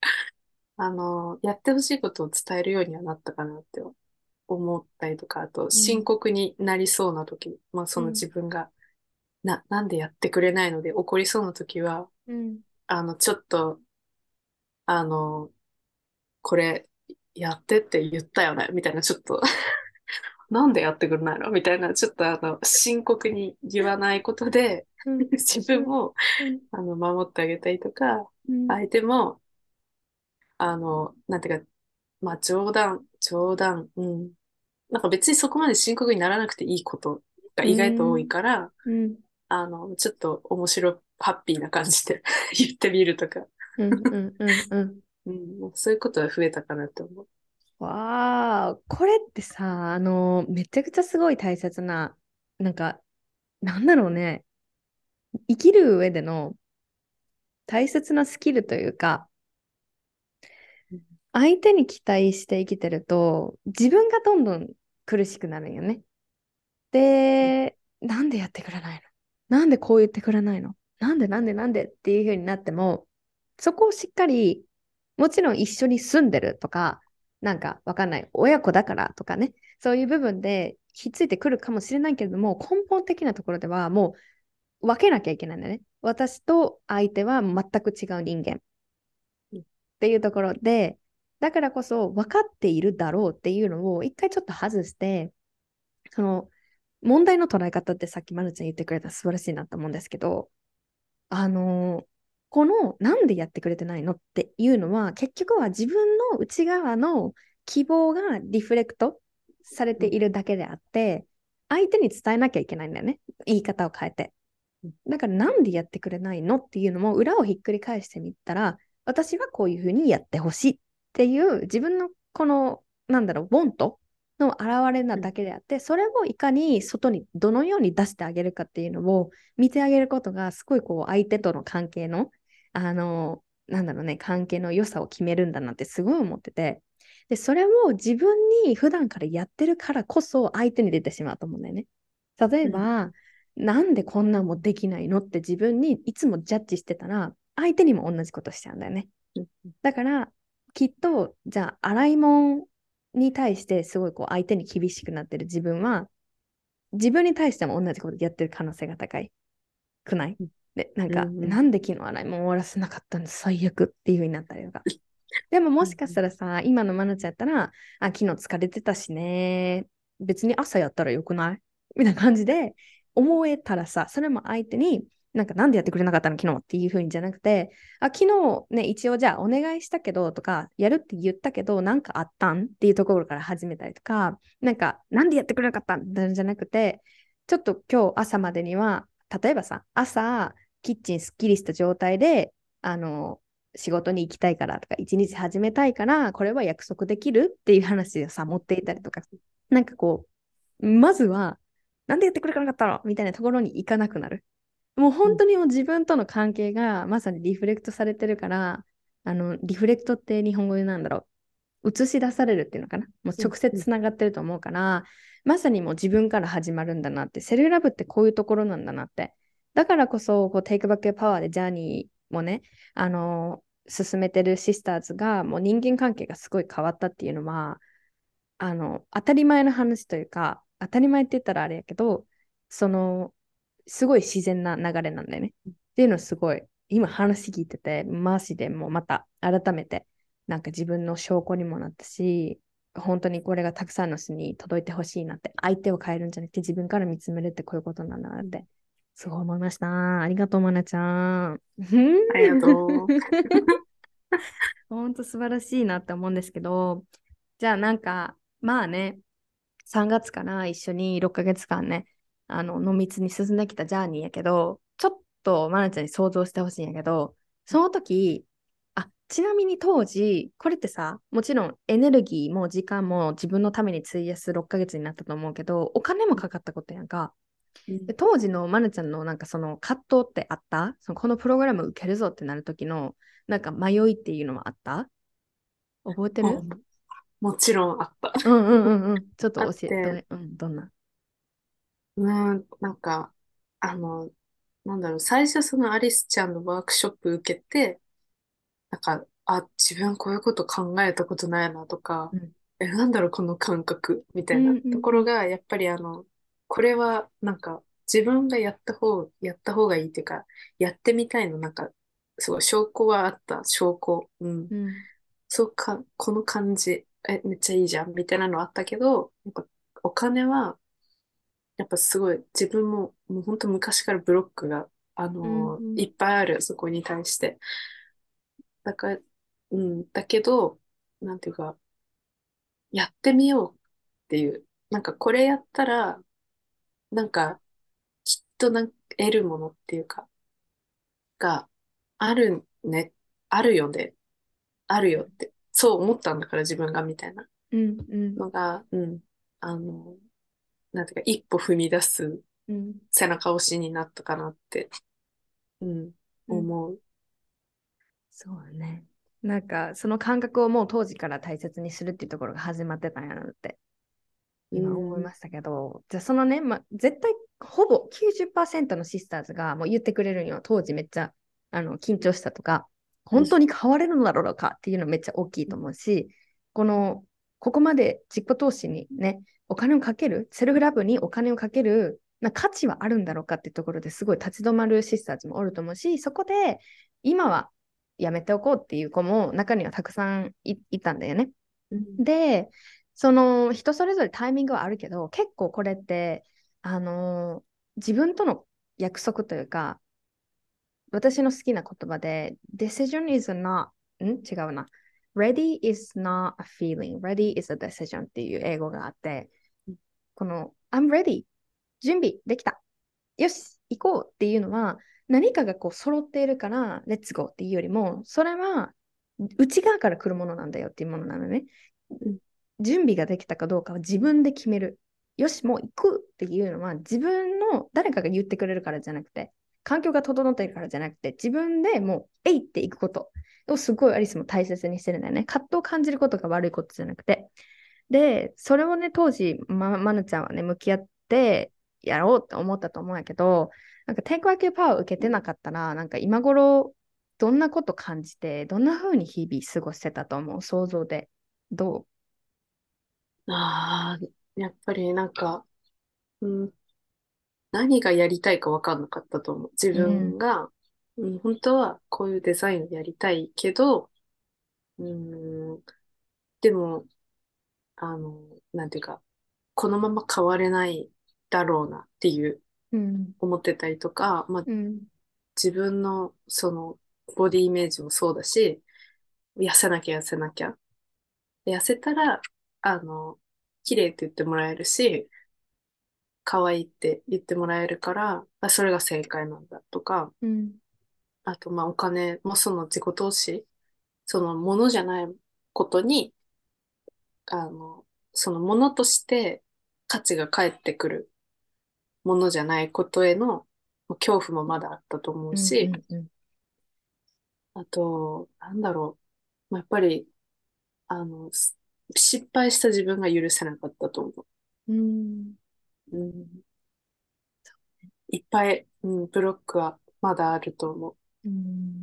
あの、やってほしいことを伝えるようにはなったかなって思ったりとか、あと、 うん、 深刻になりそうな時、まあ、そのうん、 自分が、な、なんでやってくれないので怒りそうな時は、 うん、 あの、ちょっと、あの、これ、やってって言ったよね、みたいな、ちょっとなんでやってくれないのみたいな、ちょっとあの、深刻に言わないことで、 うん、 自分うん、 も、 うん、 あの、守ってあげたりとか、 うん、 相手も、あの、なんていうか、まあ、冗談、冗談、うん。なんか別にそこまで深刻にならなくていいことがう意外と多いん、 から、 うん、 あの、ちょっと面白、ハッピーな感じで言ってみるとか、 うん、うん、うん、うん。 うん、そういうことは増えたかなと思う。 わあ、これってさ、あの、めちゃくちゃすごい大切な、なんか、なんだろうね、生きる上での大切なスキルというか、 うん相手に期待して生きてると、自分がどんどん苦しくなるんよね。で、なんでやってくれないの、なんでこう言ってくれないの、なんでなんでなんでっていう風になっても、そこをしっかり、もちろん一緒に住んでるとか、なんかわかんない、親子だからとかね、そういう部分でひっついてくるかもしれないけれども、根本的なところではもう分けなきゃいけないんだね。私と相手は全く違う人間っていうところで、だからこそ分かっているだろうっていうのを一回ちょっと外して、その問題の捉え方ってさっきまるちゃん言ってくれたら素晴らしいなと思うんですけど、あのーこのなんでやってくれてないのっていうのは結局は自分の内側の希望がリフレクトされてうんいるだけであって、相手に伝えなきゃいけないんだよね。言い方を変えて。 うんだからなんでやってくれないのっていうのも裏をひっくり返してみたら、私はこういうふうにやってほしいっていう自分のこの、なんだろう、ボントの現れなうんだけであって、それをいかに外にどのように出してあげるかっていうのを見てあげることが、すごいこう相手との関係の、あの、なんだろうね、関係の良さを決めるんだなってすごい思ってて、で、それを自分に普段からやってるからこそ相手に出てしまうと思うんだよね。例えうんば、なんでこんなんもできないのって自分にいつもジャッジしてたら、相手にも同じことしちゃうんだよね。 うんだから、きっと、じゃあ、洗い物に対してすごいこう相手に厳しくなってる自分は、自分に対しても同じことやってる可能性が高いくないで、なんか、 うんうんなんで昨日洗い物終わらせなかったんです、最悪っていう風になったりとか。でももしかしうんたらさ、今のマナちゃんやったら、あ、昨日疲れてたしね。別に朝やったらよくないみたいな感じで思えたらさ、それも相手に、なんかなんでやってくれなかったの昨日っていう風にじゃなくて、あ、昨日ね、一応じゃあお願いしたけどとか、やるって言ったけど、なんかあったんっていうところから始めたりとか、なんか、なんでやってくれなかったんじゃなくて、ちょっと今日朝までには、例えばさ、朝、キッチンすっきりした状態で、あの、仕事に行きたいからとか、一日始めたいから、これは約束できるっていう話をさ、持っていたりとか、なんかこう、まずは、なんでやってくれなかったのみたいなところに行かなくなる。もう本当にもう自分との関係がまさにリフレクトされてるから、あの、リフレクトって日本語でなんだろう、映し出されるっていうのかな。もううん直接つながってると思うから、まさにもう自分から始まるんだなって、セルラブってこういうところなんだなって。だからこそ、こう、テイクバックパワーでジャーニーもね、あの進めてるシスターズが、もう人間関係がすごい変わったっていうのは、あの、当たり前の話というか、当たり前って言ったらあれやけど、その、すごい自然な流れなんだよね。っていうのをすごい、今話聞いてて、マジでもうまた改めて、なんか自分の証拠にもなったし、本当にこれがたくさんの人に届いてほしいなって、相手を変えるんじゃなくて自分から見つめるってこういうことなんだなって、すごい思いました。ありがとう、まなちゃん。 ありがとう。 本当素晴らしいなって思うんですけど、じゃあなんか、まあね、さんがつから一緒にろっかげつかんね、あの、濃密に進んできたジャーニーやけど、ちょっとまなちゃんに想像してほしいんやけど、その時、あ、ちなみに当時、これってさ、もちろんエネルギーも時間も自分のために費やすろっかげつになったと思うけど、お金もかかったことやんか。 うんで当時のまなちゃんのなんかその葛藤ってあった、そのこのプログラム受けるぞってなる時のなんか迷いっていうのはあった、覚えてあ、 る？ もちろんあった。 うんうんうんうん。ちょっとあっ教えて、どて、 れ、うん、どんな。 うーん、なんか、あの、なんだろう、最初そのアリスちゃんのワークショップ受けて、なんか、 あ、自分こういうこと考えたことないなとか、 うんえ、なんだろう、この感覚みたういなんうんうんところが、やっぱりあの、これはなんか自分がやった方、やった方がいいっていうか、やってみたいの、なんか、すごい証拠はあった、証拠。うん。 うんそうか、この感じ、え、めっちゃいいじゃん、みたいなのあったけど、やっぱお金は、やっぱすごい、自分も、もう本当昔からブロックが、あうんのうんいっぱいある、そこに対して。だから、うん、だけど、なんていうか、やってみようっていう、なんかこれやったら、なんか、きっとなんか得るものっていうか、があるね、あるよね、あるよって、そう思ったんだから自分がみたいなうんうんのが、うん、あの、なんていうか、一歩踏み出すうん背中押しになったかなって、うん、 うん思う。 そうね。なんか、その感覚をもう当時から大切にするっていうところが始まってたんやなってう今思いん、 ましたけど、じゃあそのね、ま、絶対ほぼきゅうじゅっパーセントのシスターズがもう言ってくれるんよ。当時めっちゃあの緊張したとか、 うん、 本当に変われるのだろうかっていうのめっちゃ大きいと思うし、この、ここまで自己投資にね、お金をかける、セルフラブにお金をかけるな価値はあるんだろうかっていうところですごい立ち止まるシスターズもおると思うし、そこで今はやめておこうっていう子も中にはたくさんい、いたんだよね。 うん、 で、その人それぞれタイミングはあるけど、結構これって、あのー自分との約束というか、私の好きな言葉で、decision is not, ん違うな。ready is not a feeling, ready is a decision っていう英語があって、この I'm ready, 準備できた、よし、行こうっていうのは、何かがこう揃っているから、レッツゴーっていうよりも、それは内側から来るものなんだよっていうものなのね。 うん、 準備ができたかどうかは自分で決める。よし、もう行くっていうのは自分の誰かが言ってくれるからじゃなくて、環境が整っているからじゃなくて、自分でもう、えいっていくことをすごいアリスも大切にしてるんだよね。葛藤を感じることが悪いことじゃなくて。で、それをね、当時、ま、まぬちゃんはね、向き合ってやろうって思ったと思うんやけど、なんかテイクアキューパワーを受けてなかったら、なんか今頃、どんなこと感じて、どんな風に日々過ごしてたと思う想像で。どああ、やっぱりなんか、うん、何がやりたいか分かんなかったと思う。自ううん。 分が、うん、本当はこういうデザインをやりたいけど、うん、でも、あの、なんていうか、このまま変われないだろうなっていううん。 思ってたりとか、まあ、 うん。 自分のそのボディイメージもそうだし、痩せなきゃ痩せなきゃ。痩せたら、あの、綺麗って言ってもらえるし、可愛いって言ってもらえるから、あ、それが正解なんだとか、 うん。 あと、まあ、お金もその自己投資、そのものじゃないことに、あの、そのものとして価値が返ってくるものじゃないことへの恐怖もまだあったと思ううん。うし、 ん。うん。 あと、なんだろう。まあやっぱり、あの、す失敗した自分が許せなかったと思うん。 う。うん、いっぱい、うん、ブロックはまだあると思うん。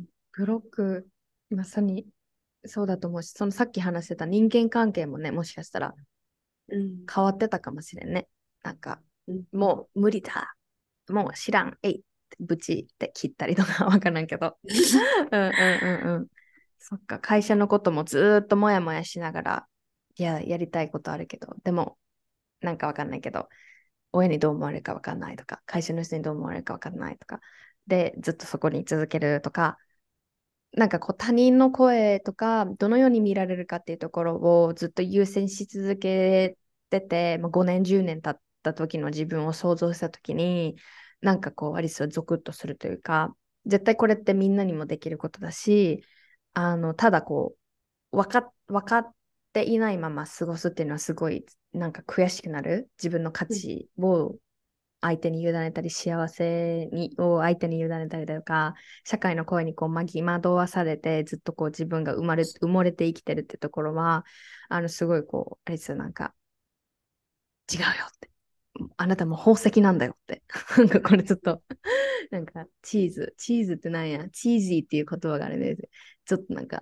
ブロック、まさにそうだと思うし、そのさっき話してた人間関係もね、もしかしたらう。うん、 変わってたかもしれんね。なんか、 うん、 もう無理だ。もう知らん。えいってブチって切ったりとかわからんけど。うんうんうんうん。そっか、会社のこともずーっともやもやしながら、いや、やりたいことあるけど、でも、なんかわかんないけど、親にどう思われるかわかんないとか、会社の人にどう思われるかわかんないとか、で、ずっとそこに続けるとか、なんかこう他人の声とか、どのように見られるかっていうところをずっと優先し続けてて、まあ、ごねん、じゅうねん経った時の自分を想像した時に、なんかこう、アリスはゾクッとするというか、絶対これってみんなにもできることだし、あの、ただこう、わか、分かっていないまま過ごすっていうのはすごいなんか悔しくなる。自分の価うん、 値を相手に委ねたり、幸せにを相手に委ねたりだとか、社会の声にこうまぎ惑わされて、ずっとこう自分が生まれ埋もれて生きてるってところは、あのすごいこう、あれですよ、なんか違うよって。あなたも宝石なんだよって。なんかこれちょっと、なんかチーズ、チーズってなんや、チーズーっていう言葉があるんです。ちょっとなんか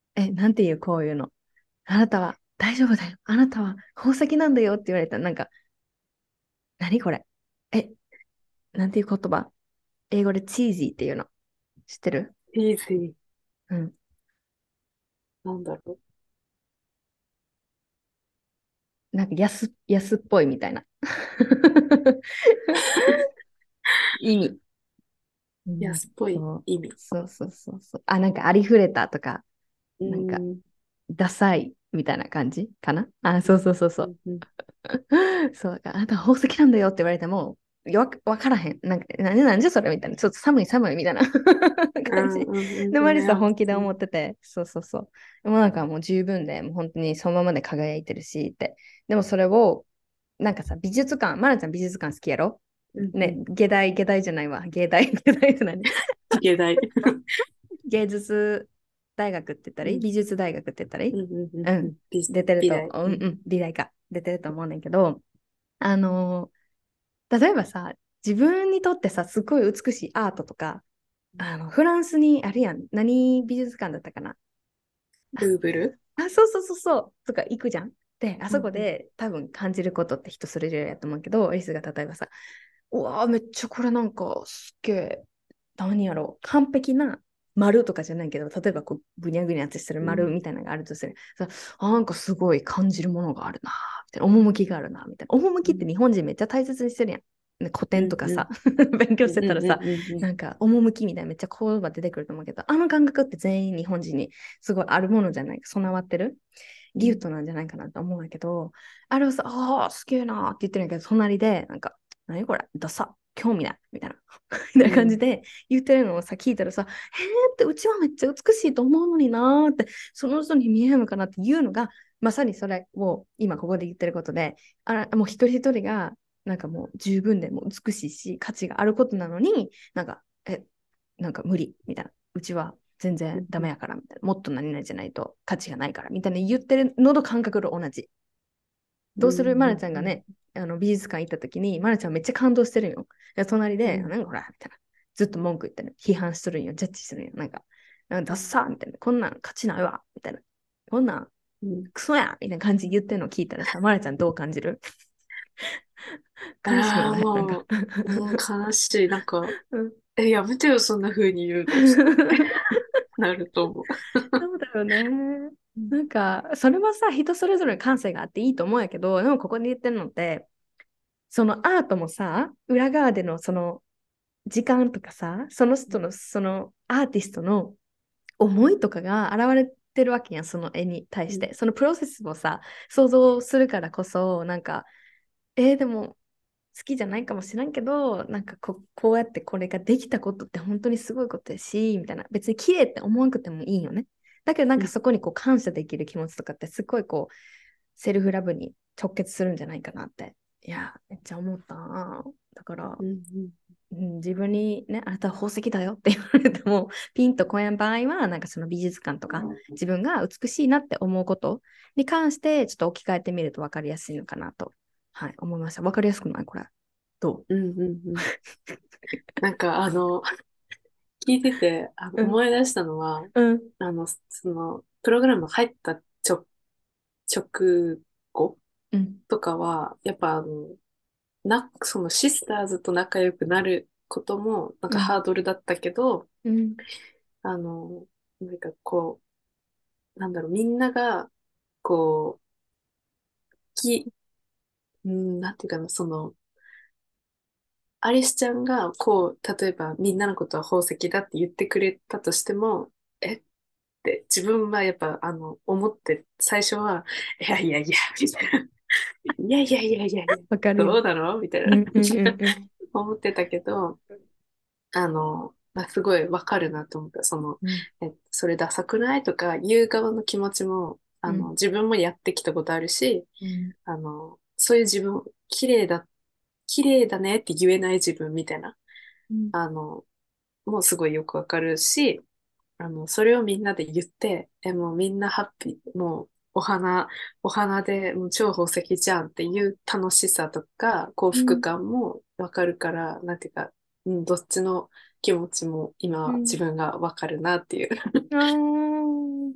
え、なんていう、こういうの。あなたは大丈夫だよ。あなたは宝石なんだよって言われたら、なんか、何これ。え、なんていう言葉。英語でチーズーっていうの。知ってる？ イージー。 うん。 なんだろなんか安、安っぽいみたいな意味。うう。 ん、 安っぽいそう。 意味。 そうそうそうそう。あ、なんかありふれたとか、 うなんかん。 ダサいみたいな感じかな。あ、そううん。 そうそうそう。 うん。うん。 そう、あなた宝石なんだよって言われても、わ、わからへん。なんか、なになんじゃそれみたいな。ちょっと寒い寒いみたいなうん。 感じ。 うん。 で、 うん。いや、 マリさん本気でうん。 思ってて、そうそうそう。でもなんかもう十分で、もう本当にそのままで輝いてるしって。でもそれを、なんかさ、美術館、マナちゃん美術館好きやろ？ うん。うね、 ん。 芸大、芸大じゃないわ。芸大、芸大じゃないね。 ヒゲダイ。 芸術大学って言ったらうん。 いい？美術大学って言ったらいい？ うん。うん。うん。 うん。 うん。美、 出てると、 美大。うん。 うんうん、美大か。出てると思うねんけど、あのー例えばさ、自分にとってさ、すごい美しいアートとか、あの、フランスにあるやん。何美術館だったかな？ ルーブル。 あ、そうそうそうそう、とか行くじゃん。で、あそこうん。 で多分感じることって人それぞれやと思うけど、リスが例えばさ、うわーめっちゃこれなんかすっげえ、何やろう、完璧な丸とかじゃないけど、例えばこう、ぐにゃぐにゃってするうん。 丸みたいなのがあるとする。さあ、なんかすごい感じるものがあるな、みたいな、趣があるな、みたいな。趣って日本人めっちゃ大切にしてるやん。ね、古うん。うん。 典とかさ、勉強うん。うん。 してたらさ、 うん。うん。 なんか、趣みたいなめっちゃ言葉出てくると思うけど、あの感覚って全員日本人にすごいあるものじゃないか、備わってるギフトなんじゃないかなと思うんだけど、あれをさ、ああ、すげえなーって言ってるんだけど、隣で、なんか、何これ、ダサ、興味ない、みたいな、みたいな感じで言ってるのをさ、聞いたらさ、へーって、うちはめっちゃ美しいと思うのになーって、その人に見えるのかなっていうのが、まさにそれを今ここで言ってることで、あもう一人一人が、なんかもう十分でもう美しいし、価値があることなのに、なんか、え、なんか無理、みたいな。うちは全然ダメやから、みたいな。もっと何々じゃないと価値がないから、みたいな言ってるのと感覚と同じ。 うん。うどうする？まなちゃんがん。 ね、あの美術館行った時に、まなちゃんめっちゃ感動してるんよ。で隣で、 うん。 なんかほら、みたいな。ずっと文句言ってる、批判するんよ。ジャッジするんよ。なんか、なんかダッうん。 サーみたいな。こんなん価値ないわみたいな。こんなんうん。 クソやみたいな感じで言ってるのを聞いたらさ、まなちゃんどう感じる？悲しくああ、 ない？なんかもう、うん、悲しい。なんか、 うん。 え、やめてよ、そんな風に言うの、つってなると思そうだよね。 う。うん。 なんか、それはさ、人それぞれ感性があっていいと思うんやけど、でもここで言ってるのって、そのアートもさ、裏側でのその時間とかさ、その人の、そのアーティストの思いとかが現れてるわけやん、その絵に対うん。 して。そのプロセスをさ、想像するからこそ、なんか、えー、でも、好きじゃないかもしれんけど、なんかここうやってこれができたことって本当にすごいことやし、みたいな。別に綺麗って思わなくてもいいよね。だけどなんうん。 かそこにこう感謝できる気持ちとかってすごいこう、セルフラブに直結するんじゃないかなって。いや、めっちゃ思ったな。だから、 うん。 うん、自分にね、あなたは宝石だよって言われても、ピンとこやん場合は、なんかその美術館とか、自分が美しいなって思うことに関して、ちょっと置き換えてみると分かりやすいのかなと、はい、思いました。分かりやすくないこれ？どうん。うん。うん。なんか、あの、聞いてて、あの、 う？うん、 思い出したのは、 うん、 あの、その、プログラム入った直、直後うん、 とかは、やっぱあの、な、そのシスターズと仲良くなることも、なんうん、 かハードルだったけど、 うん、 あの、なんかこう、なんだろう、みんなが、こう、き、うん、なんていうかな、その、アリスちゃんが、こう、例えばみんなのことは宝石だって言ってくれたとしても、えって自分はやっぱ、あの、思って、最初は、いやいやいや、みたいな。いやいやいやいやいや、 わかるよ。 どうなのみたいな。 うん、うん、うん、うん、 思ってたけど、あの、まあ、すごいわかるなと思った。その、 うん、 え、それダサくないとか言う側の気持ちも、あの、 うん、 自分もやってきたことあるし、 うん、 あの、そういう自分、綺麗だ、綺麗だねって言えない自分みたいな、 うん、 あの、もうすごいよくわかるし、あの、それをみんなで言って、え、もうみんなハッピー、もうお花、お花でもう超宝石じゃんっていう楽しさとか幸福うん、 感もわかるから、なんていうか、うん、どっちの気持ちも今うん。 自分がわかるなっていう。 あー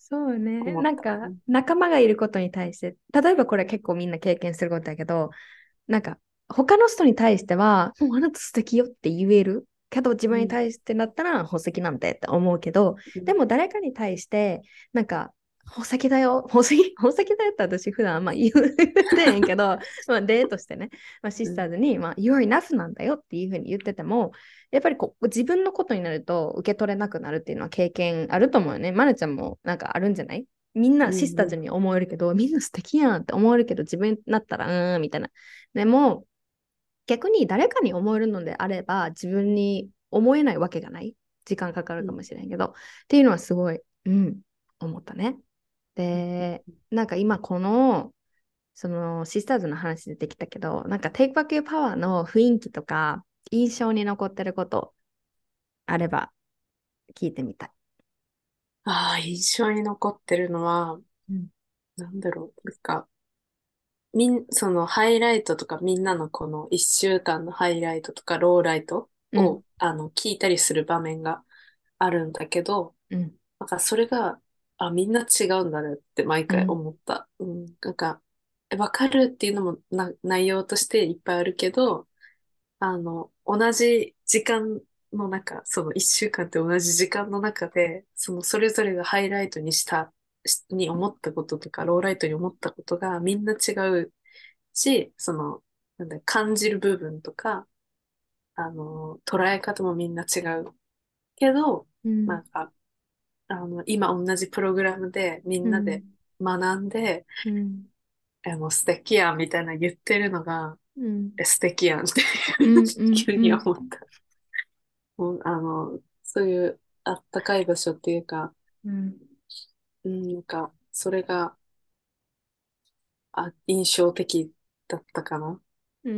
そうね。 思った。うなんか、 ん。 仲間がいることに対して、例えばこれ結構みんな経験することだけど、なんか、他の人に対しては、もうあなた素敵よって言える。けど自分にうん。 対してだったら宝石なんてって思うけど、 うん。 でも誰かに対して、なんか、宝石だよ、宝石、宝石だよって私普段あんま言ってへんけど、まあ例としてね、まあ、シうん。 スターズに、まあ、You're enough なんだよっていうふうに言ってても、やっぱりこう自分のことになると受け取れなくなるっていうのは経験あると思うよね。まなちゃんもなんかあるんじゃない？みんなシスターズに思えるけど、みんな素敵やんって思えるけど、自分になったら、うーん、みたいな。でも、逆に誰かに思えるのであれば、自分に思えないわけがない。時間かかるかもしれんけど。っていうのはすごい、うん、思ったね。で、なんか今この、そのシスターズの話出てきたけど、なんか Take Back Your Power の雰囲気とか、印象に残ってることあれば聞いてみたい。 ああ、印象に残ってるのは、 うん。 なんだろう。なんか、みん、そのハイライトとかみんなのこの一週間のハイライトとかローライトうん。 を、あの、聞いたりする場面があるんだけど、 うん。 なんかそれが、あ、みんな違うんだねって毎回うん。 思った。うん。なんか、えわかるっていうのもな、内容としていっぱいあるけど、あの、同じ時間の中、その一週間って同じ時間の中で、そのそれぞれがハイライトにした、しに思ったこととか、ローライトに思ったことがみんな違うし、その、なんだ、感じる部分とか、あの、捉え方もみんな違うけど、 うん。 なんか、あの、今同じプログラムでみんなでうん。 学んで、 うん。 え、もう素敵やんみたいな言ってるのが、 うん。 え、素敵やんってうん。うん。 急うん。 に思った。もう、あの、そういうあったかい場所っていうか、 うん。 うん、なんか、それが、あ、印象的だったかな。 うん。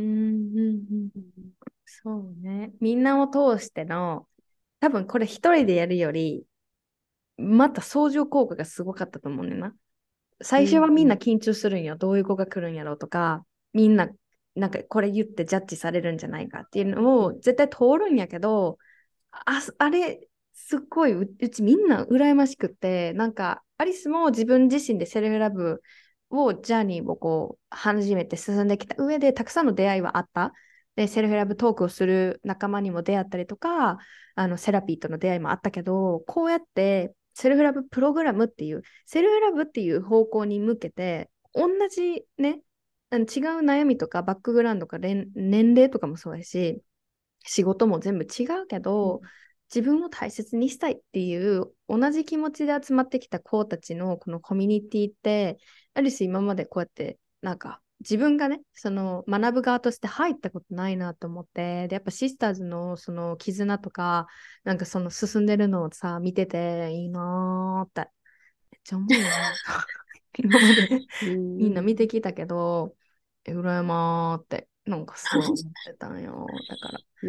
うん。 うん。 そうね。みんなを通しての、多分これ一人でやるより、また相乗効果がすごかったと思うねんな。 う最初はみんなん。 緊張するんよ。どういう子が来るんやろうとか、みんな、なんかこれ言ってジャッジされるんじゃないかっていうのを絶対通るんやけど、あ、あれ、すっごいう、うちみんな羨ましくって、なんか、アリスも自分自身でセルフラブを、ジャーニーをこう、始めて進んできた上で、たくさんの出会いはあった。で、セルフラブトークをする仲間にも出会ったりとか、あの、セラピーとの出会いもあったけど、こうやって、セルフラブプログラムっていう、セルフラブっていう方向に向けて、同じね、あの違う悩みとかバックグラウンドとか年年齢とかもそうやし、仕事も全部違うけど、 うん。 自分を大切にしたいっていう同じ気持ちで集まってきた子たちのこのコミュニティって、ある種今までこうやってなんか自分がね、その学ぶ側として入ったことないなと思って、で、やっぱシスターズのその絆とか、なんかその進んでるのをさ、見てていいなーってめっちゃ思うよね。今までうみんな見てん。 きたけど、え羨まーってなんかすごい思ってたんよ。だからうん。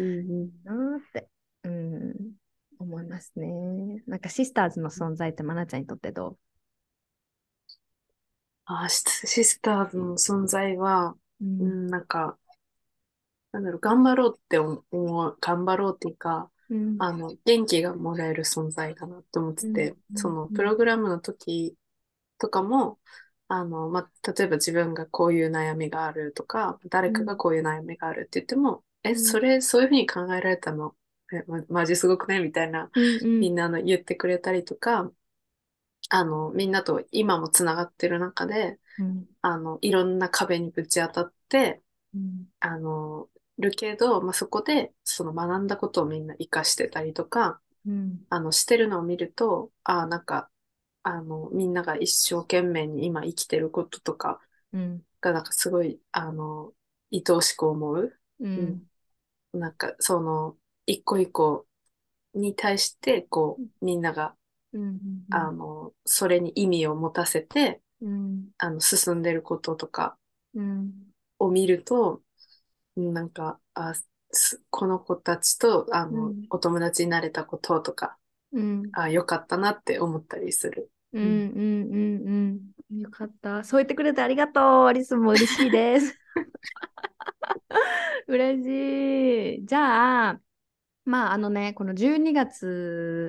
なーって、うん、思いますね。なんかシスターズの存在ってマナちゃんにとってどあ、シシスターズの存在は、 う？うん、 うん、なんか、なんだろう、頑張ろうって思う、頑張ろうっていうか、 うん、 あの、元気がもらえる存在だなって思ってうん、 て、 うん、 その、 うん、 プログラムの時とかも、あの、まあ、例えば自分がこういう悩みがあるとか、誰かがこういう悩みがあるって言っても、え、そうん、 れ、そういうふうに考えられたの、え、ま、マジすごくねみたいな、 うん、うん、 みんなあの言ってくれたりとか、あの、みんなと今もつながってる中で、 うん、 あの、いろんな壁にぶち当たって、 うん、 あの、るけど、まあ、そこで、その学んだことをみんな活かしてたりとか、 うん、 あの、してるのを見ると、ああ、なんか、あの、みんなが一生懸命に今生きてることとかうん、 が、なんかすごい、あの、愛おしく思う。うん。 うん、 なんか、その、一個一個に対して、こう、みんなが、 うん、 あの、それに意味を持たせて、 うん、 あの、進んでることとかうん、 を見ると、なんか、あ、すこの子たちと、あの、 うん、 お友達になれたこととか、 うん、 あ、よかったなって思ったりする。 うん、 うん。 うん、うん。よかった。そう言ってくれてありがとう。アリスも嬉しいです。嬉しい。じゃあ、まあ、あのね、このじゅうにがつ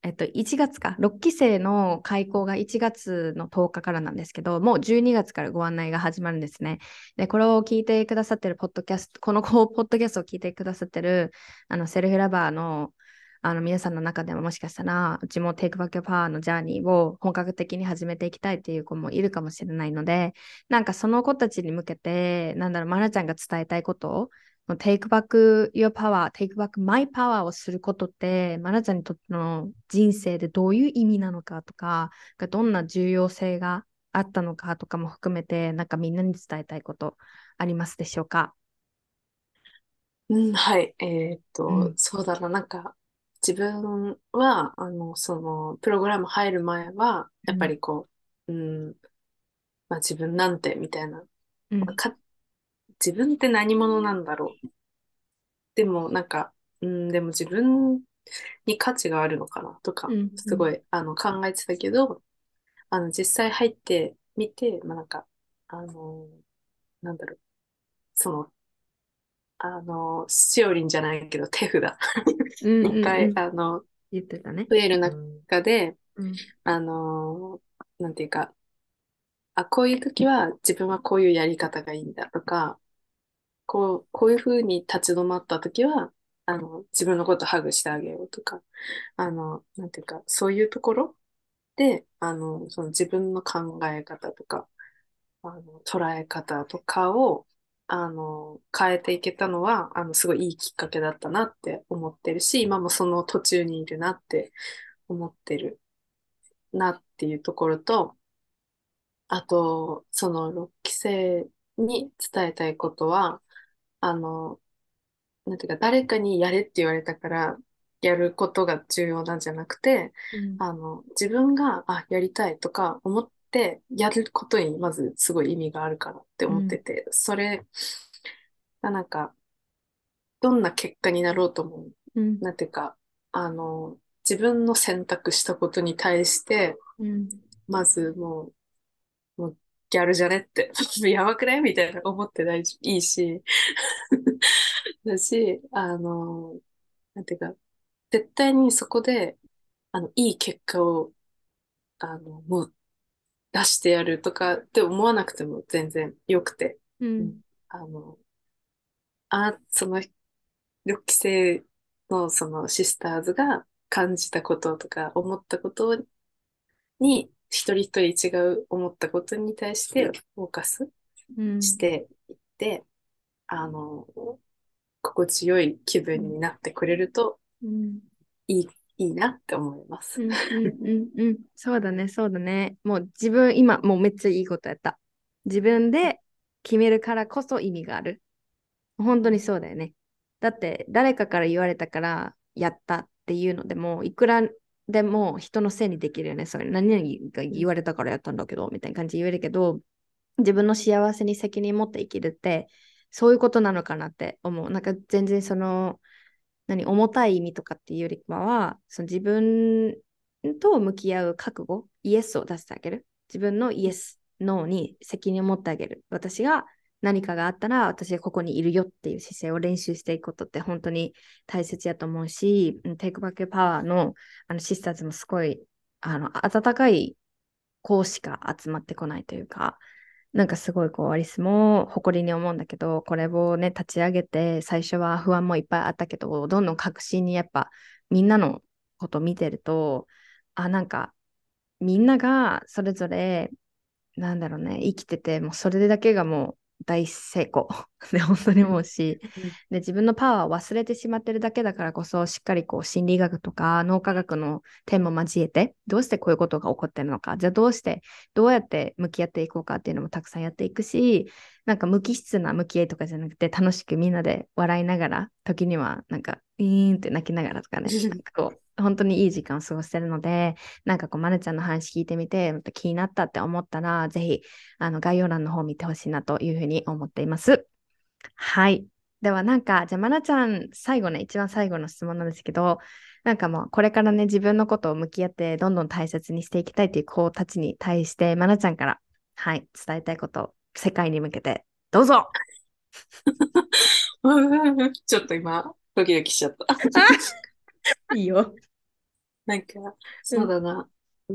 えっと、いちがつか、ろっきせいの開校がいちがつのとおかからなんですけど、もうじゅうにがつからご案内が始まるんですね。で、これを聞いてくださってるポッドキャスト、このこうポッドキャストを聞いてくださってるあのセルフラバーの、あの皆さんの中でももしかしたら、うちも Take Back Your Power のジャーニーを本格的に始めていきたいっていう子もいるかもしれないので、なんかその子たちに向けて、なんだろう、まなちゃんが伝えたいことを、Take back your power, take back my power をすることって、まなちゃんにとっての人生でどういう意味なのかとか、どんな重要性があったのかとかも含めて、なんかみんなに伝えたいことありますでしょうか？ うん、はい。えーっと、 うん。 そうだな。なんか、自分は、あの、その、プログラム入る前は、やっぱうん。 りこう、うん、まあ自分なんて、みたいな。 うん。 か、自分って何者なんだろう。でも、なんか、うん、でも自分に価値があるのかな、とか、 うん。うん。 すごい、あの、考えてたけど、あの、実際入ってみて、まあなんか、あの、なんだろう。その、あの、しおりんじゃないけど手札うん。 いっぱい、 うん。 あの、 言ってたね。 増える中で、 うん。 あの、なんていうか、あ、こういう時は自分はこういうやり方がいいんだとか、こう、こういうふうに立ち止まった時は、あの、自分のことハグしてあげようとか、あの、なんていうか、そういうところで、あの、その自分の考え方とか、あの、捉え方とかを、あの、変えていけたのは、あの、すごいいいきっかけだったなって思ってるし、今もその途中にいるなって思ってるなっていうところと、あと、そのろっきせいに伝えたいことは、あの、なんていうか、誰かにやれって言われたから、やることが重要なんじゃなくて、 うん。 あの、自分が、あ、やりたいとか思って、やることにまずすごい意味があるからってうん。 思ってて、それがなんか、どんな結果になろうとも、 うん。 なんていうか、あの、自分の選択したことに対して、 うん。 まずもう、もうギャルじゃねって、やばくないみたいな思って大丈夫、いいし、だし、あの、なんていうか、絶対にそこで、あの、いい結果を、あの、もう出してやるとかって思わなくても全然よくて、うん、 うん。 あの、あ、そのろっきせいのそのシスターズが感じたこととか思ったことに、一人一人違う思ったことに対してフォーカスうん。 していって、あの、心地よい気分になってくれるとうん。 いい、いいなって思います。 うん。うん。うん。うん。そうだね、そうだね。もう自分、今、もうめっちゃいいことやった。自分で決めるからこそ意味がある。本当にそうだよね。だって誰かから言われたからやったっていうのでも、いくらでも人のせいにできるよね。それ何々がうん、 言われたからやったんだけど、みたいな感じで言えるけど、自分の幸せに責任持って生きるって、そういうことなのかなって思う。なんか全然その、何、重たい意味とかっていうよりかは、その自分と向き合う覚悟、イエスを出してあげる。自分のイエス、ノーに責任を持ってあげる。私が何かがあったら、私がここにいるよっていう姿勢を練習していくことって本当に大切やと思うし、テイクバックパワーのあのシスターズもすごいあの温かい子しか集まってこないというか、なんかすごいこうアリスも誇りに思うんだけど、これをね、立ち上げて、最初は不安もいっぱいあったけど、どんどん確信にやっぱみんなのこと見てると、あ、なんかみんながそれぞれなんだろうね、生きてて、もうそれだけがもう大成功で本当にうん、 思うし、 うん、 で、自分のパワーを忘れてしまってるだけだからこそ、しっかりこう心理学とか脳科学の点も交えて、どうしてこういうことが起こってるのか、じゃあどうして、どうやって向き合っていこうかっていうのもたくさんやっていくし、なんか無機質な向き合いとかじゃなくて、楽しくみんなで笑いながら、時にはなんか、ウィーンって泣きながらとかね、なんかこう、本当にいい時間を過ごしてるので、なんかこう、まるちゃんの話聞いてみて、また気になったって思ったら、ぜひ、あの、概要欄の方を見てほしいなというふうに思っています。はい。では、なんか、じゃあ、まなちゃん、最後ね、一番最後の質問なんですけど、なんかもう、これからね、自分のことを向き合って、どんどん大切にしていきたいという子たちに対して、まなちゃんから、はい、伝えたいことを、世界に向けて、どうぞ。 うん、ちょっと今、ドキドキしちゃった。 いいよ。 なんか、 うん。 そうだな。うん。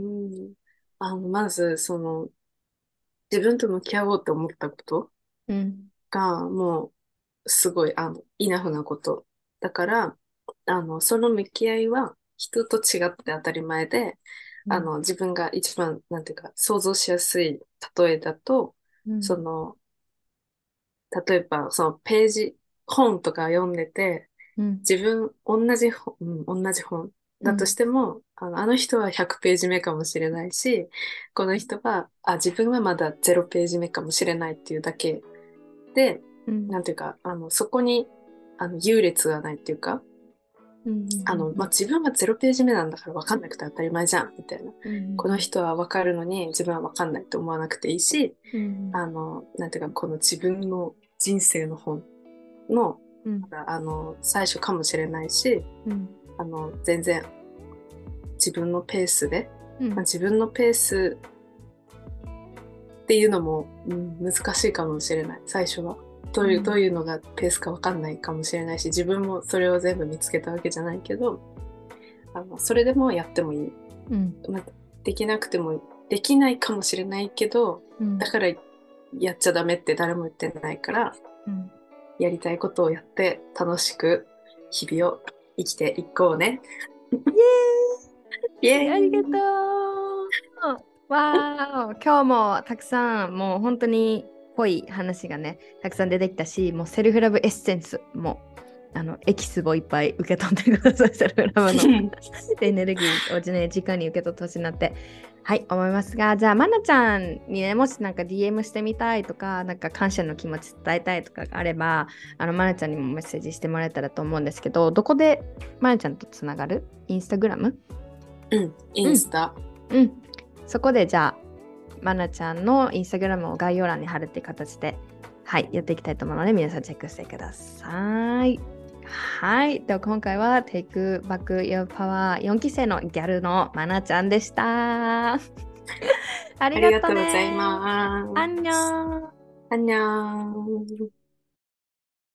あの、まず、その、自分と向き合おうと思ったことうん。 が、もう、すごい、あの、イナフなこと。だから、あの、その向き合いは、人と違って当たり前で、 うん。 あの、自分が一番、なんていうか、想像しやすい例えだと、 うん。 その、例えば、そのページ、本とか読んでて、 うん。 自分、同じ本、うん、同じ本だとしうん。 ても、あの、あの人はひゃくページ目かもしれないし、この人は、あ、自分はまだゼロページ目かもしれないっていうだけで、 うん。 なんていうか、あの、そこに、あの、優劣がないっていうか、 うん。 あの、まあ、自分はゼロページ目なんだから分かんなくて当たり前じゃん、みたいな。 うん。 この人は分かるのに自分は分かんないと思わなくていいし、 うん。 あの、なんていうか、この自分の人生の本の、 うん。 まだあの、最初かもしれないし、 うん。 あの、全然自分のペースで、まあ、 うん。 自分のペースっていうのも、うん、難しいかもしれない、最初は。どういう、どういうのがペースかわかんないかもしれないし、自分もそれを全部見つけたわけじゃないけど、あの、それでもやってもいい。 うん。 まあ、できなくても、できないかもしれないけど、 うん。 だからやっちゃダメって誰も言ってないから、 うん。 やりたいことをやって楽しく日々を生きていこうね。 イエイエーーイ、ありがとイ。 う。わーお、今日もたくさんもう本当に濃い話がね、たくさん出てきたし、もうセルフラブエッセンスもあのエキスをいっぱい受け取ってください。セルフラブのエネルギーをね、直に受け取ってほしいなって、はい、思いますが、じゃあ、まなちゃんにね、もしなんか ディーエム してみたいとか、なんか感謝の気持ち伝えたいとかがあれば、あの、まなちゃんにもメッセージしてもらえたらと思うんですけど、どこでまなちゃんとつながる？インスタグラム？ うん、イうん、 ンスタ。 うん。そこでじゃあ、まなちゃんのインスタグラムを概要欄に貼るっていう形で、はい、やっていきたいと思うので、皆さんチェックしてください。はい。では今回は Take Back Your Power よんきせいのギャルのまなちゃんでした。ありありがとがとうございね。 まアンニす。 ョン。 アンニョン。